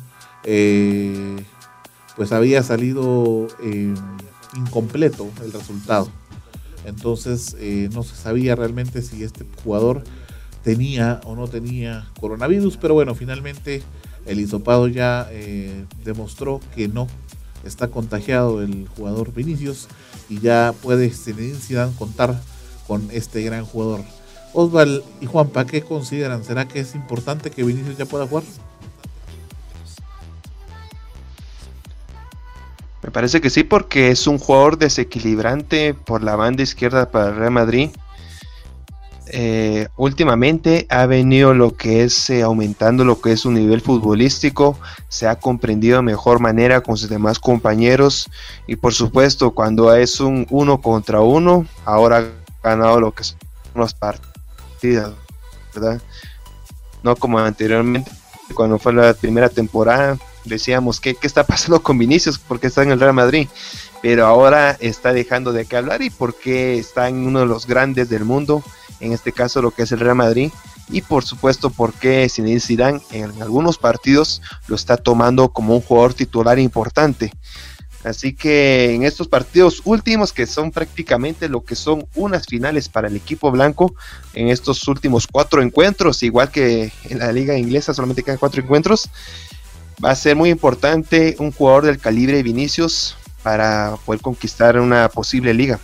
pues había salido incompleto el resultado. Entonces no se sabía realmente si este jugador tenía o no tenía coronavirus, pero bueno, finalmente el hisopado ya demostró que no está contagiado el jugador Vinicius y ya puede Zinedine Zidane contar con este gran jugador. Osval y Juanpa, ¿qué consideran? ¿Será que es importante que Vinicius ya pueda jugar? Me parece que sí, porque es un jugador desequilibrante por la banda izquierda para el Real Madrid. Últimamente ha venido lo que es aumentando lo que es su nivel futbolístico, se ha comprendido de mejor manera con sus demás compañeros y por supuesto cuando es un 1 contra 1, ahora ha ganado lo que son los partidos, ¿verdad? No como anteriormente cuando fue la primera temporada decíamos ¿qué está pasando con Vinicius? Porque está en el Real Madrid, pero ahora está dejando de qué hablar y porque está en uno de los grandes del mundo, en este caso lo que es el Real Madrid, y por supuesto porque Zinedine Zidane en algunos partidos lo está tomando como un jugador titular importante. Así que en estos partidos últimos, que son prácticamente lo que son unas finales para el equipo blanco, en estos últimos 4 encuentros, igual que en la liga inglesa solamente quedan 4 encuentros, va a ser muy importante un jugador del calibre de Vinicius para poder conquistar una posible liga.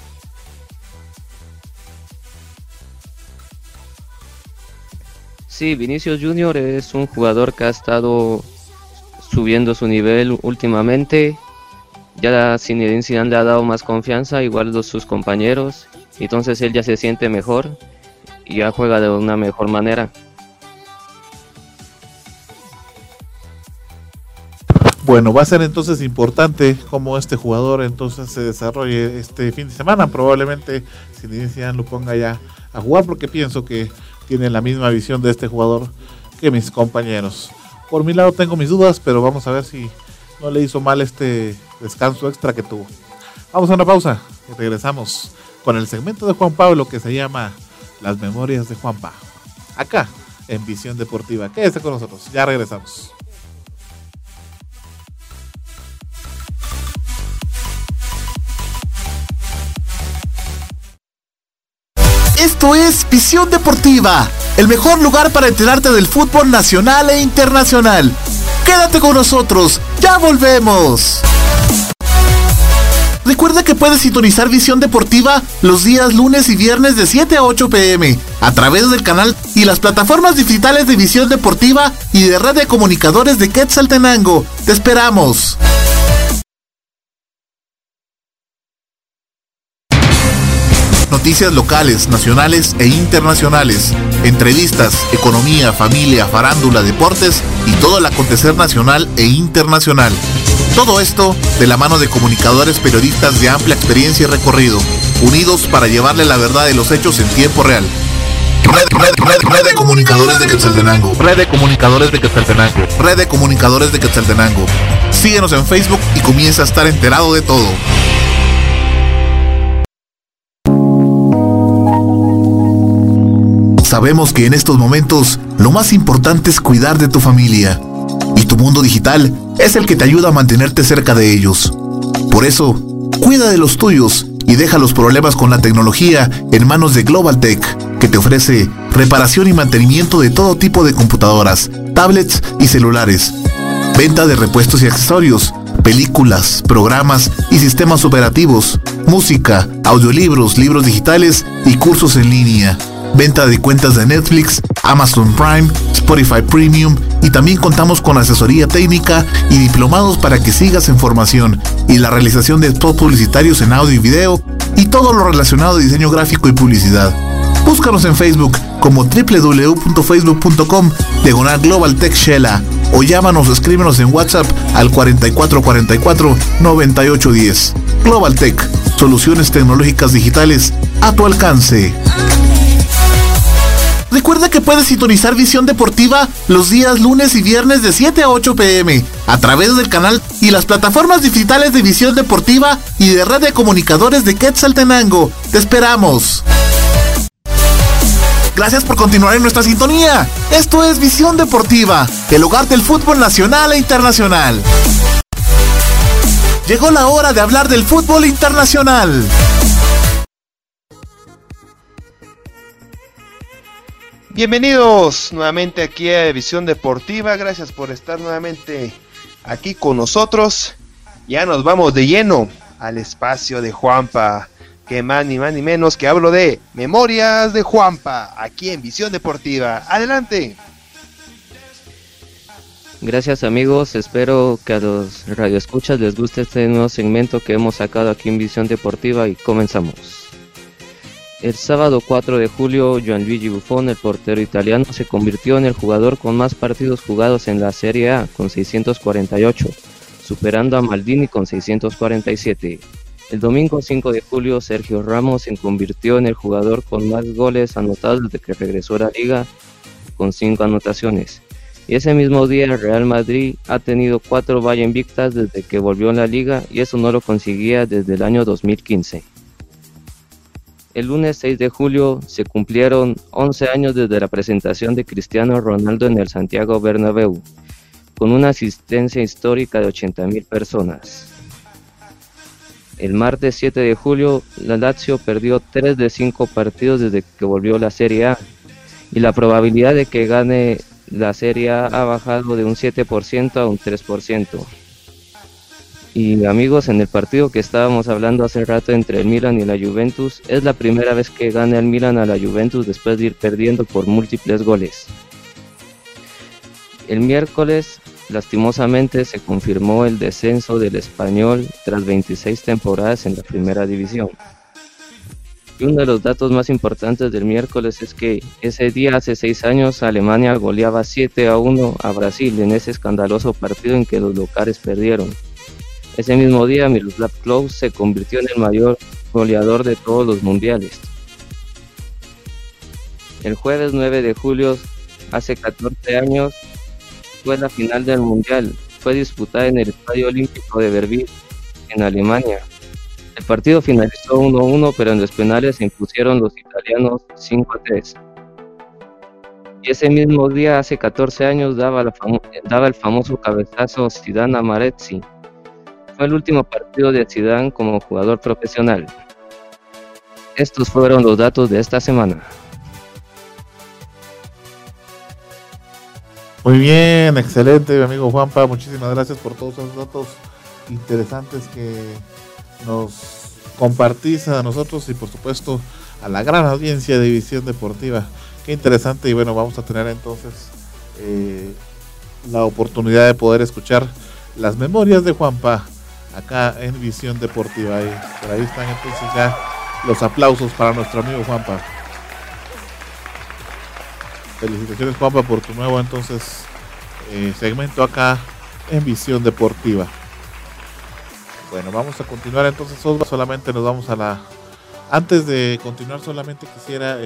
Sí, Vinicius Junior es un jugador que ha estado subiendo su nivel últimamente. Ya Zinedine Zidane le ha dado más confianza, igual sus compañeros. Entonces él ya se siente mejor y ya juega de una mejor manera. Bueno, va a ser entonces importante cómo este jugador entonces se desarrolle este fin de semana. Probablemente Zinedine Zidane lo ponga ya a jugar porque pienso que tiene la misma visión de este jugador que mis compañeros. Por mi lado tengo mis dudas, pero vamos a ver si no le hizo mal este descanso extra que tuvo. Vamos a una pausa y regresamos con el segmento de Juan Pablo que se llama Las Memorias de Juanpa, acá en Visión Deportiva. Quédese con nosotros, ya regresamos. Esto es Visión Deportiva, el mejor lugar para enterarte del fútbol nacional e internacional. Quédate con nosotros, ya volvemos. Recuerda que puedes sintonizar Visión Deportiva los días lunes y viernes de 7 a 8 p.m. a través del canal y las plataformas digitales de Visión Deportiva y de Red de Comunicadores de Quetzaltenango. ¡Te esperamos! Noticias locales, nacionales e internacionales, entrevistas, economía, familia, farándula, deportes y todo el acontecer nacional e internacional. Todo esto de la mano de comunicadores periodistas de amplia experiencia y recorrido, unidos para llevarle la verdad de los hechos en tiempo real. Red de Comunicadores de Quetzaltenango. Red de Comunicadores de Quetzaltenango. Red de Comunicadores de Quetzaltenango. Síguenos en Facebook y comienza a estar enterado de todo. Sabemos que en estos momentos lo más importante es cuidar de tu familia. Y tu mundo digital es el que te ayuda a mantenerte cerca de ellos. Por eso, cuida de los tuyos y deja los problemas con la tecnología en manos de Global Tech, que te ofrece reparación y mantenimiento de todo tipo de computadoras, tablets y celulares. Venta de repuestos y accesorios, películas, programas y sistemas operativos, música, audiolibros, libros digitales y cursos en línea. Venta de cuentas de Netflix, Amazon Prime, Spotify Premium y también contamos con asesoría técnica y diplomados para que sigas en formación y la realización de spots publicitarios en audio y video y todo lo relacionado a diseño gráfico y publicidad. Búscanos en Facebook como www.facebook.com/Global Tech Shela o llámanos o escríbenos en WhatsApp al 4444-9810. Global Tech, soluciones tecnológicas digitales a tu alcance. Recuerda que puedes sintonizar Visión Deportiva los días lunes y viernes de 7 a 8 p.m. a través del canal y las plataformas digitales de Visión Deportiva y de Red de Comunicadores de Quetzaltenango. ¡Te esperamos! Gracias por continuar en nuestra sintonía. Esto es Visión Deportiva, el hogar del fútbol nacional e internacional. Llegó la hora de hablar del fútbol internacional. Bienvenidos nuevamente aquí a Visión Deportiva. Gracias por estar nuevamente aquí con nosotros. Ya nos vamos de lleno al espacio de Juanpa, que más ni menos que hablo de Memorias de Juanpa, aquí en Visión Deportiva. Adelante. Gracias amigos, espero que a los radioescuchas les guste este nuevo segmento que hemos sacado aquí en Visión Deportiva y comenzamos. El sábado 4 de julio, Gianluigi Buffon, el portero italiano, se convirtió en el jugador con más partidos jugados en la Serie A, con 648, superando a Maldini con 647. El domingo 5 de julio, Sergio Ramos se convirtió en el jugador con más goles anotados desde que regresó a la liga, con 5 anotaciones. Y ese mismo día el Real Madrid ha tenido 4 vallas invictas desde que volvió a la liga, y eso no lo conseguía desde el año 2015. El lunes 6 de julio se cumplieron 11 años desde la presentación de Cristiano Ronaldo en el Santiago Bernabéu, con una asistencia histórica de 80,000 personas. El martes 7 de julio, la Lazio perdió 3 de 5 partidos desde que volvió a la Serie A, y la probabilidad de que gane la Serie A ha bajado de un 7% a un 3%. Y amigos, en el partido que estábamos hablando hace rato entre el Milan y la Juventus, es la primera vez que gana el Milan a la Juventus después de ir perdiendo por múltiples goles. El miércoles, lastimosamente, se confirmó el descenso del Español tras 26 temporadas en la primera división. Y uno de los datos más importantes del miércoles es que ese día, hace 6 años, Alemania goleaba 7-1 a Brasil en ese escandaloso partido en que los locales perdieron. Ese mismo día, Miroslav Klose se convirtió en el mayor goleador de todos los mundiales. El jueves 9 de julio, hace 14 años, fue la final del mundial. Fue disputada en el Estadio Olímpico de Berlín, en Alemania. El partido finalizó 1-1, pero en los penales se impusieron los italianos 5-3. Y ese mismo día, hace 14 años, daba el famoso cabezazo Zidane a Materazzi. Fue el último partido de Zidane como jugador profesional. Estos fueron los datos de esta semana. Muy bien, excelente, mi amigo Juanpa. Muchísimas gracias por todos esos datos interesantes que nos compartís a nosotros y por supuesto a la gran audiencia de Visión Deportiva. Qué interesante, y bueno, vamos a tener entonces la oportunidad de poder escuchar las memorias de Juanpa acá en Visión Deportiva. Y por ahí están entonces ya los aplausos para nuestro amigo Juanpa. Felicitaciones, Juanpa, por tu nuevo entonces segmento acá en Visión Deportiva. Bueno, vamos a continuar entonces, Osva. Solamente nos vamos a la... Antes de continuar, solamente quisiera...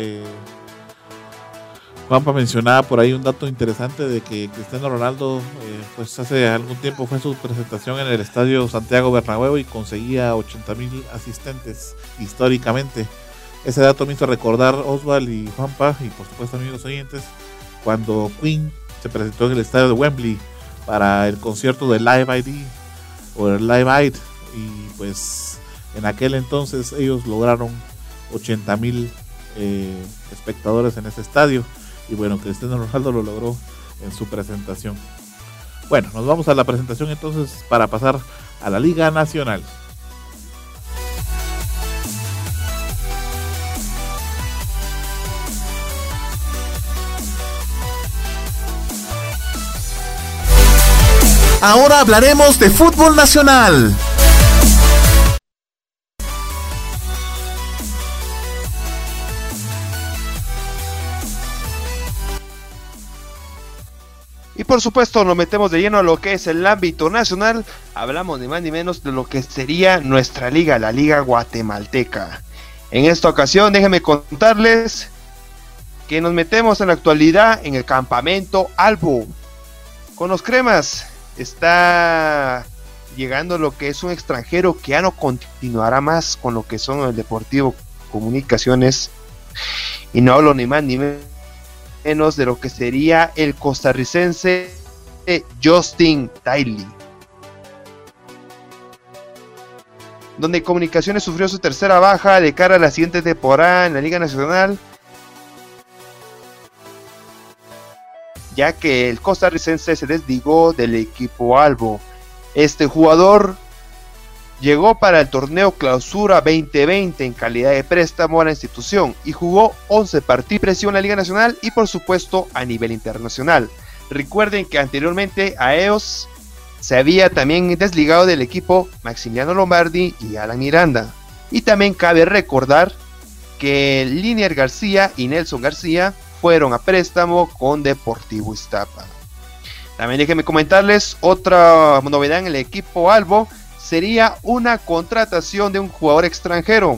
Juanpa mencionaba por ahí un dato interesante de que Cristiano Ronaldo pues hace algún tiempo fue su presentación en el Estadio Santiago Bernabéu y conseguía 80,000 asistentes históricamente. Ese dato me hizo recordar, Oswald y Juanpa, y por supuesto amigos oyentes, cuando Queen se presentó en el estadio de Wembley para el concierto de Live Aid o el Live Aid, y pues en aquel entonces ellos lograron 80,000 espectadores en ese estadio, y bueno, Cristiano Ronaldo lo logró en su presentación. Bueno, nos vamos a la presentación entonces para pasar a la Liga Nacional. Ahora hablaremos de fútbol nacional. Y por supuesto nos metemos de lleno a lo que es el ámbito nacional. Hablamos ni más ni menos de lo que sería nuestra liga, la Liga Guatemalteca. En esta ocasión déjenme contarles que nos metemos en la actualidad en el campamento Albo. Con los cremas está llegando lo que es un extranjero que ya no continuará más con lo que son el Deportivo Comunicaciones, y no hablo ni más ni menos de lo que sería el costarricense Justin Tiley, donde Comunicaciones sufrió su tercera baja de cara a la siguiente temporada en la Liga Nacional, ya que el costarricense se desligó del equipo Albo. Este jugador llegó para el torneo Clausura 2020 en calidad de préstamo a la institución y jugó 11 partidos en la Liga Nacional y por supuesto a nivel internacional. Recuerden que anteriormente a ellos se había también desligado del equipo Maximiliano Lombardi y Alan Miranda. Y también cabe recordar que Linier García y Nelson García fueron a préstamo con Deportivo Iztapa. También déjenme comentarles otra novedad en el equipo Albo, sería una contratación de un jugador extranjero,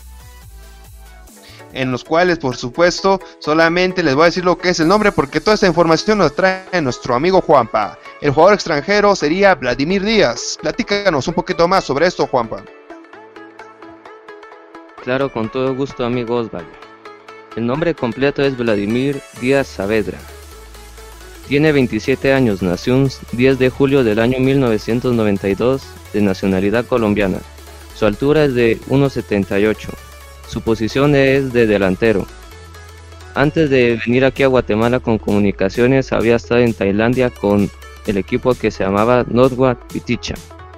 en los cuales por supuesto solamente les voy a decir lo que es el nombre, porque toda esta información nos trae nuestro amigo Juanpa. El jugador extranjero sería Vladimir Díaz. Platícanos un poquito más sobre esto, Juanpa. Claro, con todo gusto, amigo Osvaldo. El nombre completo es Vladimir Díaz Saavedra. Tiene 27 años, nació un 10 de julio del año 1992, de nacionalidad colombiana. Su altura es de 1,78. Su posición es de delantero. Antes de venir aquí a Guatemala con Comunicaciones, había estado en Tailandia con el equipo que se llamaba Northwood Piticha.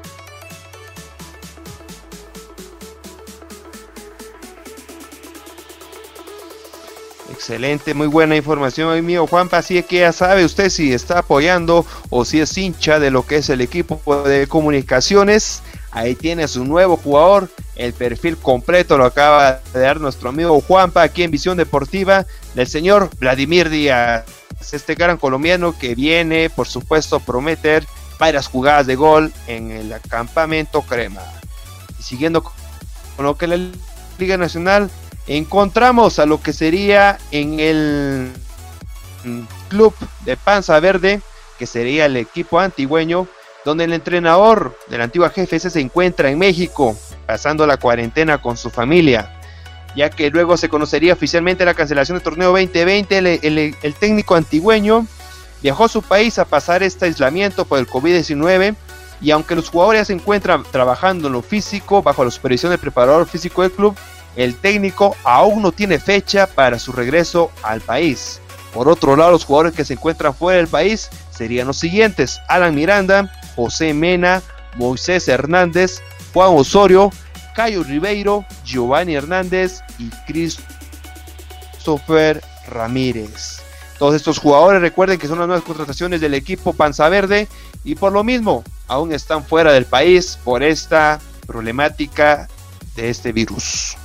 Excelente, muy buena información hoy mío, Juanpa. Así que ya sabe usted si está apoyando o si es hincha de lo que es el equipo de Comunicaciones. Ahí tiene su nuevo jugador, el perfil completo lo acaba de dar nuestro amigo Juanpa aquí en Visión Deportiva, del señor Vladimir Díaz, este gran colombiano que viene por supuesto a prometer varias jugadas de gol en el campamento crema. Y siguiendo con lo que es la Liga Nacional, encontramos a lo que sería en el club de Panza Verde, que sería el equipo antigüeño, donde el entrenador de la antigua GFS se encuentra en México, pasando la cuarentena con su familia, ya que luego se conocería oficialmente la cancelación del torneo 2020. El técnico antigüeño viajó a su país a pasar este aislamiento por el COVID-19, y aunque los jugadores ya se encuentran trabajando en lo físico bajo la supervisión del preparador físico del club, el técnico aún no tiene fecha para su regreso al país. Por otro lado, los jugadores que se encuentran fuera del país serían los siguientes: Alan Miranda, José Mena, Moisés Hernández, Juan Osorio, Cayo Ribeiro, Giovanni Hernández y Christopher Ramírez. Todos estos jugadores, recuerden que son las nuevas contrataciones del equipo Panza Verde, y por lo mismo aún están fuera del país por esta problemática de este virus.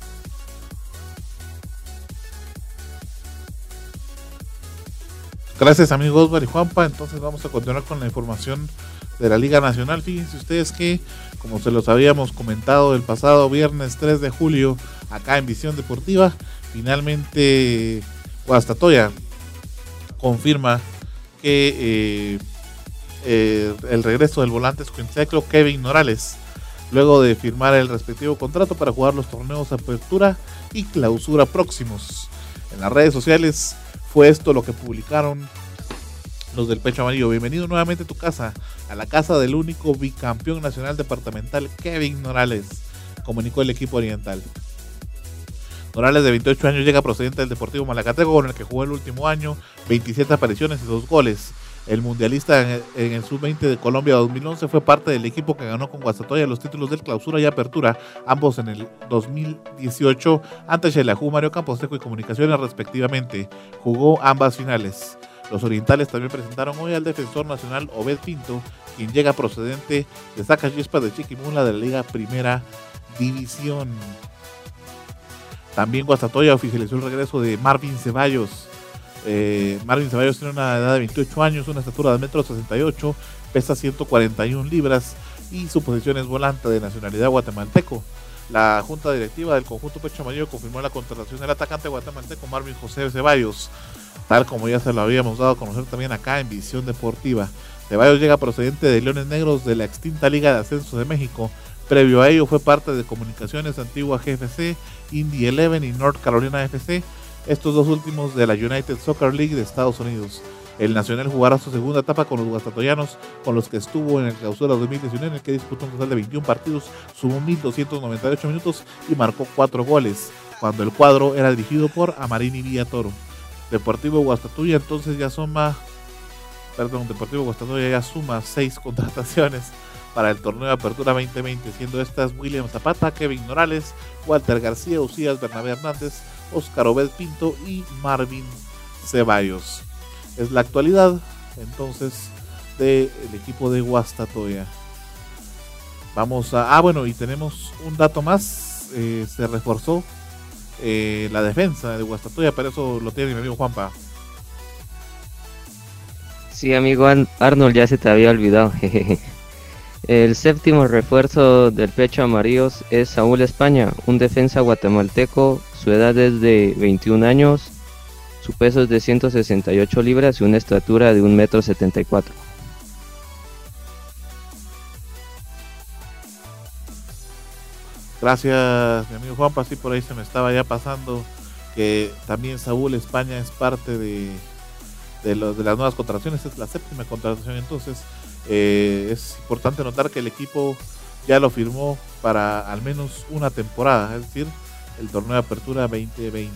Gracias, amigos Osvaldo y Juanpa. Entonces vamos a continuar con la información de la Liga Nacional. Fíjense ustedes que, como se los habíamos comentado el pasado viernes 3 de julio acá en Visión Deportiva, finalmente Guastatoya confirma que el regreso del volante escuinteclo Kevin Norales, luego de firmar el respectivo contrato para jugar los torneos Apertura y Clausura próximos. En las redes sociales fue esto lo que publicaron los del Pecho Amarillo. Bienvenido nuevamente a tu casa, a la casa del único bicampeón nacional departamental Kevin Norales, comunicó el equipo oriental. Norales, de 28 años, llega procedente del Deportivo Malacateco, con el que jugó el último año, 27 apariciones y 2 goles. El mundialista en el Sub-20 de Colombia 2011 fue parte del equipo que ganó con Guastatoya los títulos del Clausura y Apertura, ambos en el 2018, ante Xelajú, Mario Camposeco y Comunicaciones respectivamente. Jugó ambas finales. Los orientales también presentaron hoy al defensor nacional Obed Pinto, quien llega procedente de Zacachispas de Chiquimula de la Liga Primera División. También Guastatoya oficializó el regreso de Marvin Ceballos. Marvin Ceballos tiene una edad de 28 años, una estatura de 1,68 m, pesa 141 libras y su posición es volante, de nacionalidad guatemalteco. La junta directiva del conjunto Pecho Amarillo confirmó la contratación del atacante guatemalteco Marvin José Ceballos, tal como ya se lo habíamos dado a conocer también acá en Visión Deportiva. Ceballos llega procedente de Leones Negros de la extinta Liga de Ascenso de México. Previo a ello fue parte de Comunicaciones Antigua GFC, Indy 11 y North Carolina FC, estos dos últimos de la United Soccer League de Estados Unidos. El Nacional jugará su segunda etapa con los guastatoyanos, con los que estuvo en el Clausura 2019, en el que disputó un total de 21 partidos, sumó 1.298 minutos y marcó 4 goles, cuando el cuadro era dirigido por Amarini Villatoro. Deportivo Guastatoya entonces Deportivo Guastatoya ya suma 6 contrataciones para el torneo de Apertura 2020, siendo estas William Zapata, Kevin Morales, Walter García, Usías Bernabé Hernández, Óscar Obed Pinto y Marvin Ceballos. Es la actualidad entonces del equipo de Guastatoya. Vamos a... y tenemos un dato más. Se reforzó la defensa de Guastatoya, pero eso lo tiene mi amigo Juanpa. Sí, amigo Arnold, ya se te había olvidado. El séptimo refuerzo del Pecho Amarillos es Saúl España, un defensa guatemalteco. Su edad es de 21 años, su peso es de 168 libras y una estatura de 1,74 m. Gracias, mi amigo Juanpa. Sí, por ahí se me estaba ya pasando que también Saúl España es parte de las nuevas contrataciones. Es la séptima contratación, entonces es importante notar que el equipo ya lo firmó para al menos una temporada, es decir, el torneo de Apertura 2020.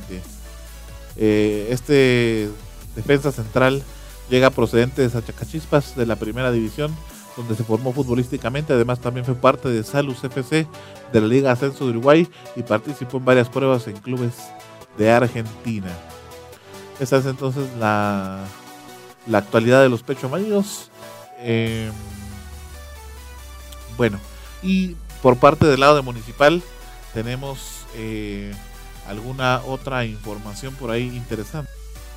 Este defensa central llega procedente de Sachacachispas, de la primera división, donde se formó futbolísticamente. Además también fue parte de Salus FC de la Liga Ascenso de Uruguay y participó en varias pruebas en clubes de Argentina. Esa es entonces la actualidad de los Pecho Amarillos. Y por parte del lado de Municipal tenemos alguna otra información por ahí interesante.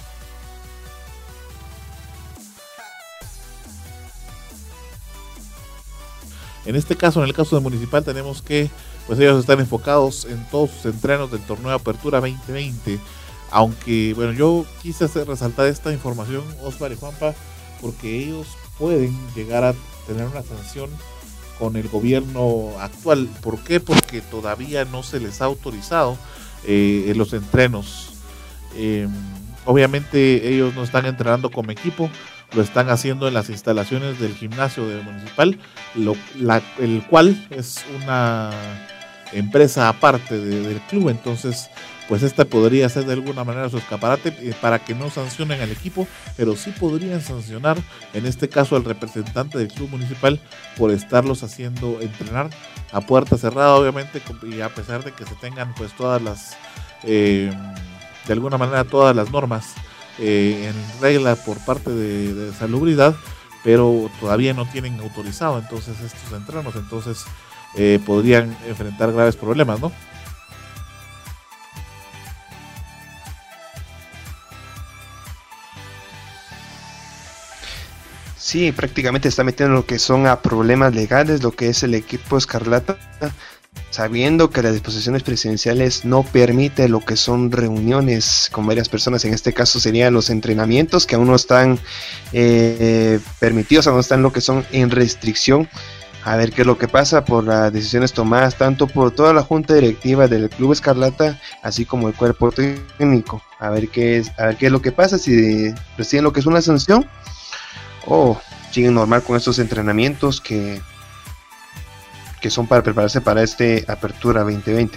En este caso, en el caso de Municipal, tenemos que pues ellos están enfocados en todos sus entrenos del torneo de Apertura 2020. Aunque, yo quise resaltar esta información, Osvar y Juanpa, porque ellos pueden llegar a tener una sanción con el gobierno actual. ¿Por qué? Porque todavía no se les ha autorizado en los entrenos. Obviamente ellos no están entrenando como equipo, lo están haciendo en las instalaciones del gimnasio de Municipal, el cual es una empresa aparte del club. Entonces pues esta podría ser de alguna manera su escaparate para que no sancionen al equipo, pero sí podrían sancionar en este caso al representante del club Municipal por estarlos haciendo entrenar a puerta cerrada, obviamente, y a pesar de que se tengan pues todas las de alguna manera todas las normas en regla por parte de salubridad, pero todavía no tienen autorizado entonces estos entrenos. Entonces podrían enfrentar graves problemas, ¿no? Sí, prácticamente está metiendo lo que son a problemas legales, lo que es el equipo Escarlata, sabiendo que las disposiciones presidenciales no permiten lo que son reuniones con varias personas. En este caso serían los entrenamientos, que aún no están permitidos, aún no están lo que son en restricción. A ver qué es lo que pasa por las decisiones tomadas tanto por toda la junta directiva del Club Escarlata, así como el cuerpo técnico. A ver qué es lo que pasa, si reciben lo que es una sanción o siguen normal con estos entrenamientos que son para prepararse para este Apertura 2020.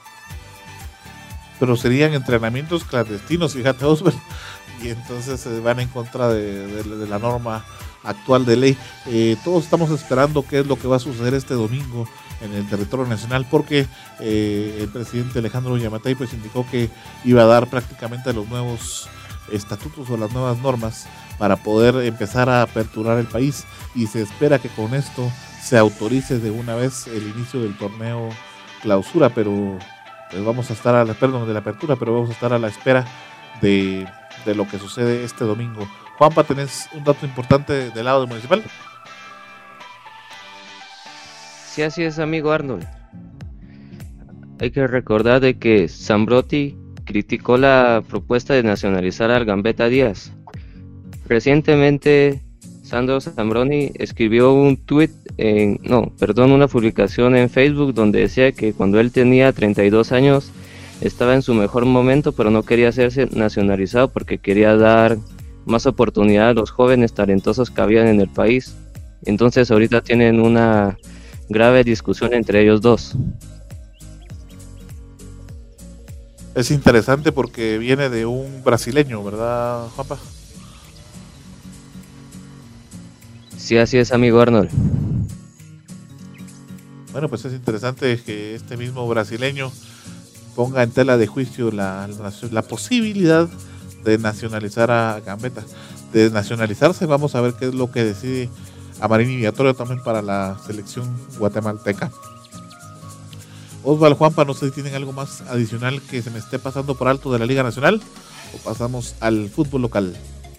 Pero serían entrenamientos clandestinos, fíjate, Osvaldo, y entonces van en contra de la norma actual de ley. Todos estamos esperando qué es lo que va a suceder este domingo en el territorio nacional, porque el presidente Alejandro Yamatei pues indicó que iba a dar prácticamente los nuevos estatutos o las nuevas normas para poder empezar a aperturar el país, y se espera que con esto se autorice de una vez el inicio del torneo clausura, pero pues vamos a estar de la apertura, pero vamos a estar a la espera de lo que sucede este domingo. Juanpa, ¿tenés un dato importante del lado de Municipal? Sí, así es, amigo Arnold. Hay que recordar de que Zambrotti criticó la propuesta de nacionalizar al Gambetta Díaz. Recientemente, Sandro Zambroni escribió una publicación en Facebook donde decía que cuando él tenía 32 años estaba en su mejor momento, pero no quería hacerse nacionalizado porque quería dar más oportunidad a los jóvenes talentosos que habían en el país. Entonces ahorita tienen una grave discusión entre ellos dos. Es interesante porque viene de un brasileño, ¿verdad, Juanpa? Sí, así es, amigo Arnold. Bueno, pues es interesante que este mismo brasileño ponga en tela de juicio la posibilidad de nacionalizar a Gambetta. De nacionalizarse, vamos a ver qué es lo que decide Amarini Viatorio también para la selección guatemalteca. Osvaldo, Juanpa, no sé si tienen algo más adicional que se me esté pasando por alto de la Liga Nacional o pasamos al fútbol local.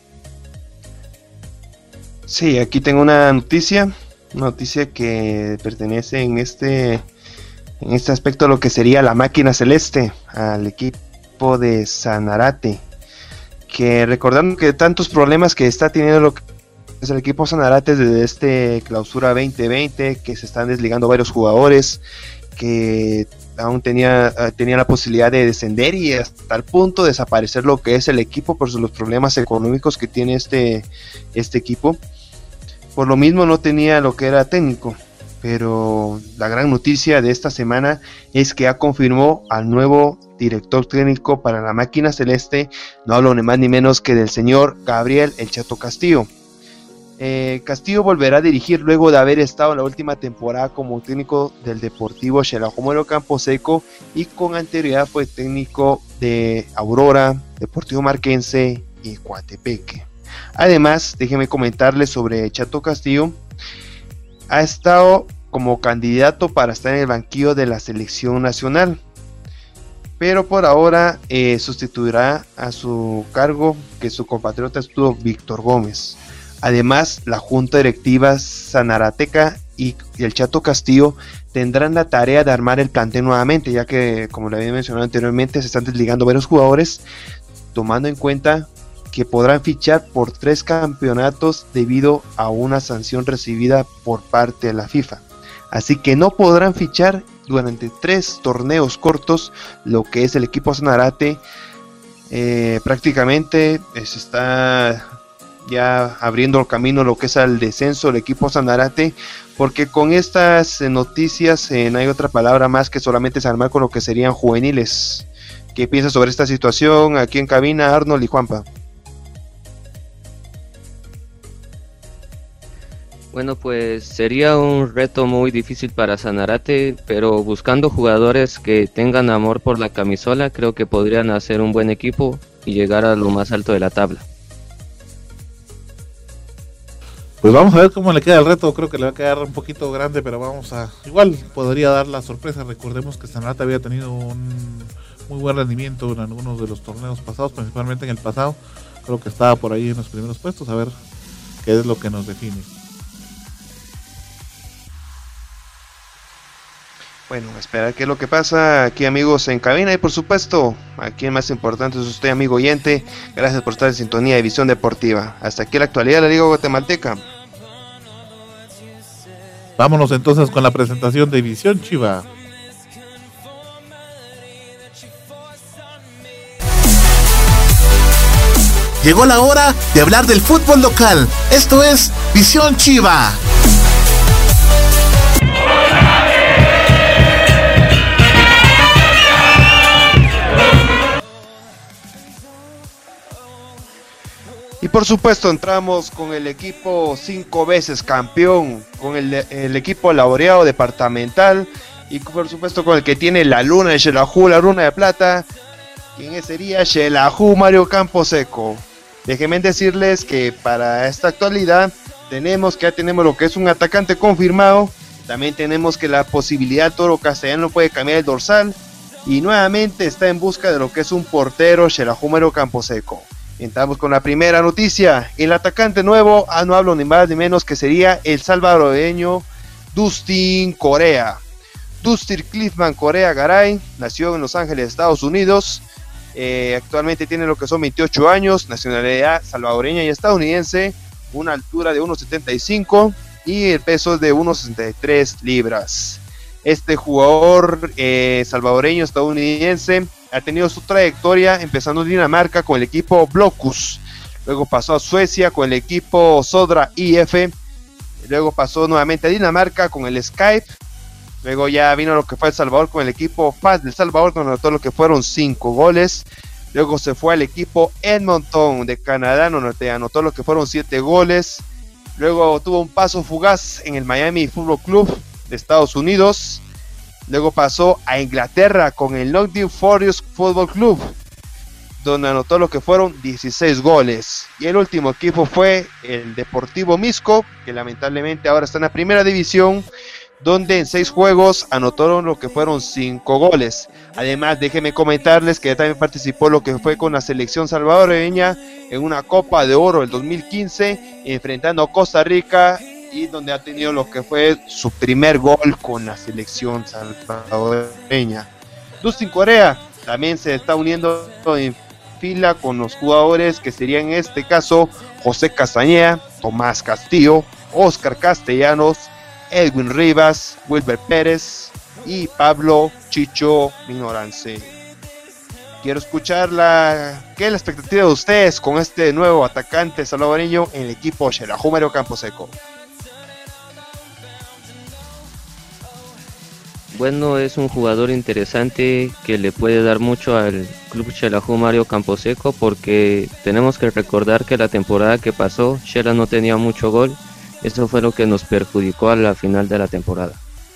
Sí, aquí tengo una noticia que pertenece en este aspecto a lo que sería la máquina celeste, al equipo de Sanarate, que recordando que tantos problemas que está teniendo lo que es el equipo Sanarate desde este clausura 2020, que se están desligando varios jugadores, que aún tenía la posibilidad de descender y hasta el punto de desaparecer lo que es el equipo por los problemas económicos que tiene este equipo. Por lo mismo no tenía lo que era técnico, pero la gran noticia de esta semana es que ya confirmó al nuevo director técnico para la máquina celeste. No hablo ni más ni menos que del señor Gabriel El Chato Castillo. Castillo volverá a dirigir luego de haber estado en la última temporada como técnico del Deportivo Xelajú Camposeco y con anterioridad fue técnico de Aurora, Deportivo Marquense y Coatepeque. Además, déjenme comentarles sobre Chato Castillo. Ha estado como candidato para estar en el banquillo de la selección nacional, pero por ahora sustituirá a su cargo que su compatriota estuvo Víctor Gómez. Además, la junta directiva sanarateca y el Chato Castillo tendrán la tarea de armar el plantel nuevamente, ya que, como le había mencionado anteriormente, se están desligando varios jugadores, tomando en cuenta que podrán fichar por 3 campeonatos debido a una sanción recibida por parte de la FIFA. Así que no podrán fichar durante 3 torneos cortos lo que es el equipo Sanarate. Prácticamente se está ya abriendo el camino lo que es al descenso del equipo Sanarate, porque con estas noticias no hay otra palabra más que solamente desarmar con lo que serían juveniles. ¿Qué piensas sobre esta situación aquí en cabina, Arnold y Juanpa? Bueno, pues sería un reto muy difícil para Sanarate, pero buscando jugadores que tengan amor por la camisola, creo que podrían hacer un buen equipo y llegar a lo más alto de la tabla. Pues vamos a ver cómo le queda el reto. Creo que le va a quedar un poquito grande, pero igual podría dar la sorpresa. Recordemos que Sanarate había tenido un muy buen rendimiento en algunos de los torneos pasados, principalmente en el pasado. Creo que estaba por ahí en los primeros puestos. A ver qué es lo que nos define. Bueno, esperar qué es lo que pasa aquí, amigos, en cabina. Y por supuesto, aquí el más importante es usted, amigo oyente. Gracias por estar en sintonía de Visión Deportiva. Hasta aquí la actualidad de la Liga Guatemalteca. Vámonos entonces con la presentación de Visión Chiva. Llegó la hora de hablar del fútbol local. Esto es Visión Chiva. Y por supuesto entramos con el equipo 5 veces campeón, con el equipo laureado departamental y por supuesto con el que tiene la luna de Xelajú, la luna de plata. ¿Quién sería? Xelajú Mario Camposeco. Déjenme decirles que para esta actualidad ya tenemos lo que es un atacante confirmado. También tenemos que la posibilidad Toro Castellano puede cambiar el dorsal y nuevamente está en busca de lo que es un portero, Xelajú Mario Camposeco. Entramos con la primera noticia. El atacante nuevo, no hablo ni más ni menos que sería el salvadoreño Dustin Corea. Dustin Cliffman Correa Garay nació en Los Ángeles, Estados Unidos. Actualmente tiene lo que son 28 años, nacionalidad salvadoreña y estadounidense, una altura de 1,75 y el peso de 1,63 libras. Este jugador salvadoreño estadounidense ha tenido su trayectoria empezando en Dinamarca con el equipo Blocus, luego pasó a Suecia con el equipo Sodra IF, luego pasó nuevamente a Dinamarca con el Skype, luego ya vino lo que fue El Salvador con el equipo FAS del Salvador, donde anotó lo que fueron 5 goles. Luego se fue al equipo Edmonton de Canadá, donde anotó lo que fueron 7 goles. Luego tuvo un paso fugaz en el Miami Football Club de Estados Unidos. Luego pasó a Inglaterra con el Nottingham Forest Football Club, donde anotó lo que fueron 16 goles. Y el último equipo fue el Deportivo Misco, que lamentablemente ahora está en la primera división, donde en 6 juegos anotaron lo que fueron 5 goles. Además, déjenme comentarles que también participó lo que fue con la selección salvadoreña en una Copa de Oro del 2015, enfrentando a Costa Rica, y donde ha tenido lo que fue su primer gol con la selección salvadoreña. Dustin Correa también se está uniendo en fila con los jugadores que serían en este caso José Castañeda, Tomás Castillo, Oscar Castellanos, Edwin Rivas, Wilber Pérez y Pablo Chicho Minorance. Quiero escuchar qué es la expectativa de ustedes con este nuevo atacante salvadoreño en el equipo Xelajú Mario Camposeco. Bueno, es un jugador interesante que le puede dar mucho al club Xelajú Mario Camposeco, porque tenemos que recordar que la temporada que pasó Xela no tenía mucho gol. Eso fue lo que nos perjudicó a la final de la temporada.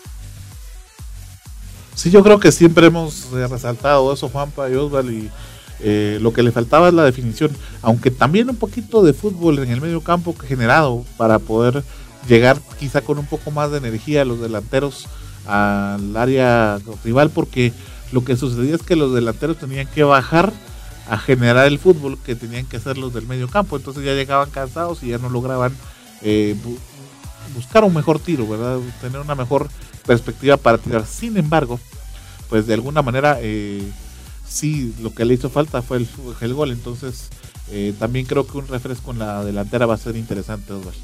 Sí, yo creo que siempre hemos resaltado eso, Juanpa y Osvaldo, y lo que le faltaba es la definición, aunque también un poquito de fútbol en el medio campo generado para poder llegar quizá con un poco más de energía a los delanteros al área rival, porque lo que sucedía es que los delanteros tenían que bajar a generar el fútbol que tenían que hacer los del medio campo, entonces ya llegaban cansados y ya no lograban buscar un mejor tiro, ¿verdad? Tener una mejor perspectiva para tirar. Sin embargo, pues de alguna manera sí, lo que le hizo falta fue el gol, entonces también creo que un refresco en la delantera va a ser interesante, Osvaldo.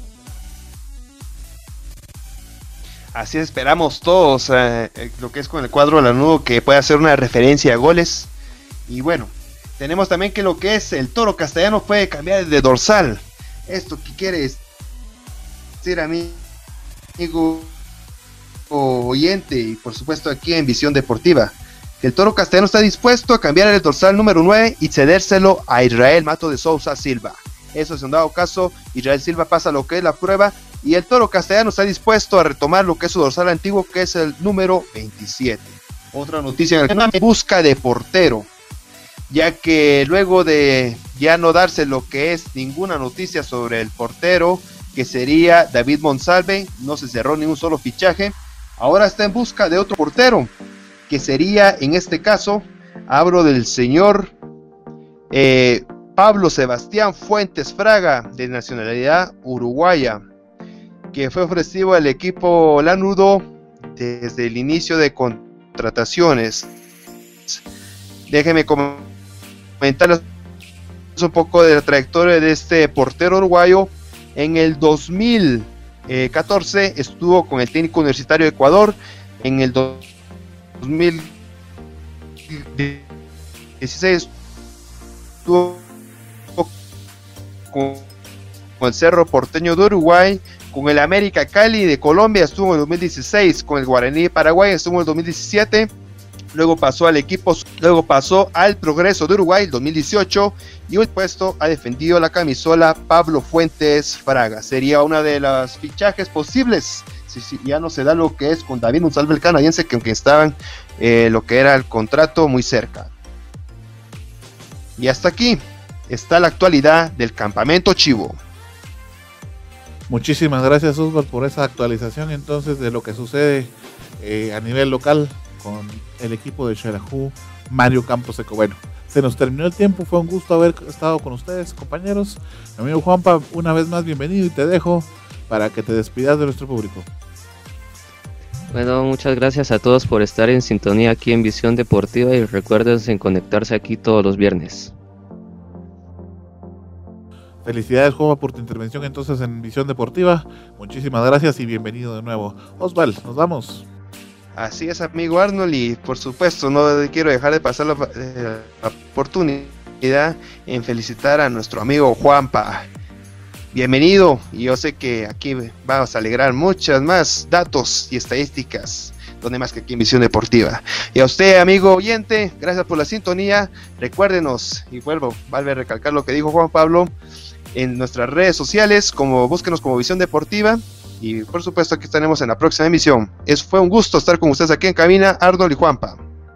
Así esperamos todos lo que es con el cuadro lanudo, que pueda ser una referencia a goles. Y bueno, tenemos también que lo que es el Toro Castellano puede cambiar de dorsal. ¿Esto qué quiere decir, amigo oyente? Y por supuesto aquí en Visión Deportiva, que el Toro Castellano está dispuesto a cambiar el dorsal número 9 y cedérselo a Israel Mato de Sousa Silva. Eso, si en dado caso Israel Silva pasa lo que es la prueba, y el Toro Castellano está dispuesto a retomar lo que es su dorsal antiguo, que es el número 27. Otra noticia en el busca de portero, ya que luego de ya no darse lo que es ninguna noticia sobre el portero, que sería David Monsalve, no se cerró ningún solo fichaje, ahora está en busca de otro portero, que sería, en este caso, hablo del señor Pablo Sebastián Fuentes Fraga, de nacionalidad uruguaya, que fue ofrecido al equipo lanudo desde el inicio de contrataciones. Déjenme comentarles un poco de la trayectoria de este portero uruguayo. En el 2014 estuvo con el técnico universitario de Ecuador. En el 2016 estuvo con el Cerro Porteño de Uruguay, con el América Cali de Colombia estuvo en el 2016, con el Guaraní de Paraguay estuvo en el 2017, luego pasó al Progreso de Uruguay el 2018, y hoy puesto ha defendido la camisola Pablo Fuentes Fraga. Sería una de las fichajes posibles si ya no se da lo que es con David Monsalve, el canadiense, que aunque estaban lo que era el contrato muy cerca. Y hasta aquí está la actualidad del Campamento Chivo. Muchísimas gracias, Osvaldo, por esa actualización entonces de lo que sucede a nivel local con el equipo de Xelajú Mario Camposeco. Bueno, se nos terminó el tiempo, fue un gusto haber estado con ustedes, compañeros. Mi amigo Juanpa, una vez más bienvenido, y te dejo para que te despidas de nuestro público. Bueno, muchas gracias a todos por estar en sintonía aquí en Visión Deportiva y recuerden en conectarse aquí todos los viernes. Felicidades, Juanpa, por tu intervención entonces en Visión Deportiva. Muchísimas gracias y bienvenido de nuevo. Osval, nos vamos. Así es, amigo Arnold, y por supuesto no quiero dejar de pasar la oportunidad en felicitar a nuestro amigo Juanpa. Bienvenido, y yo sé que aquí vamos a alegrar muchas más datos y estadísticas, donde más que aquí en Visión Deportiva. Y a usted, amigo oyente, gracias por la sintonía. Recuérdenos, y vuelvo a recalcar lo que dijo Juan Pablo, en nuestras redes sociales, búsquenos como Visión Deportiva, y por supuesto aquí estaremos en la próxima emisión. Fue un gusto estar con ustedes aquí en cabina, Arnold y Juanpa.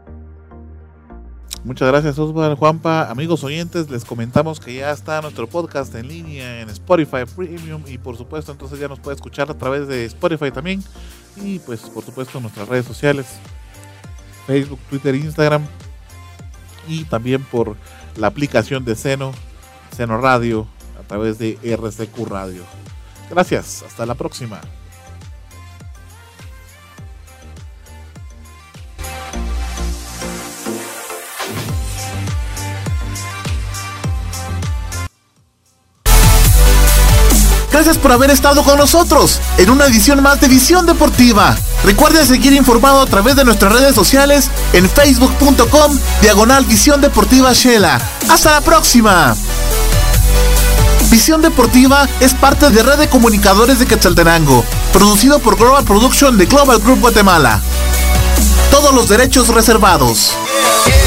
Muchas gracias, Osvaldo, Juanpa. Amigos oyentes, les comentamos que ya está nuestro podcast en línea en Spotify Premium, y por supuesto entonces ya nos puede escuchar a través de Spotify también, y pues por supuesto en nuestras redes sociales, Facebook, Twitter, Instagram, y también por la aplicación de Seno Radio a través de RCQ Radio. Gracias, hasta la próxima. Gracias por haber estado con nosotros en una edición más de Visión Deportiva. Recuerde seguir informado a través de nuestras redes sociales en facebook.com/Visión Deportiva Shela. ¡Hasta la próxima! Visión Deportiva es parte de Red de Comunicadores de Quetzaltenango, producido por Global Production de Global Group Guatemala. Todos los derechos reservados.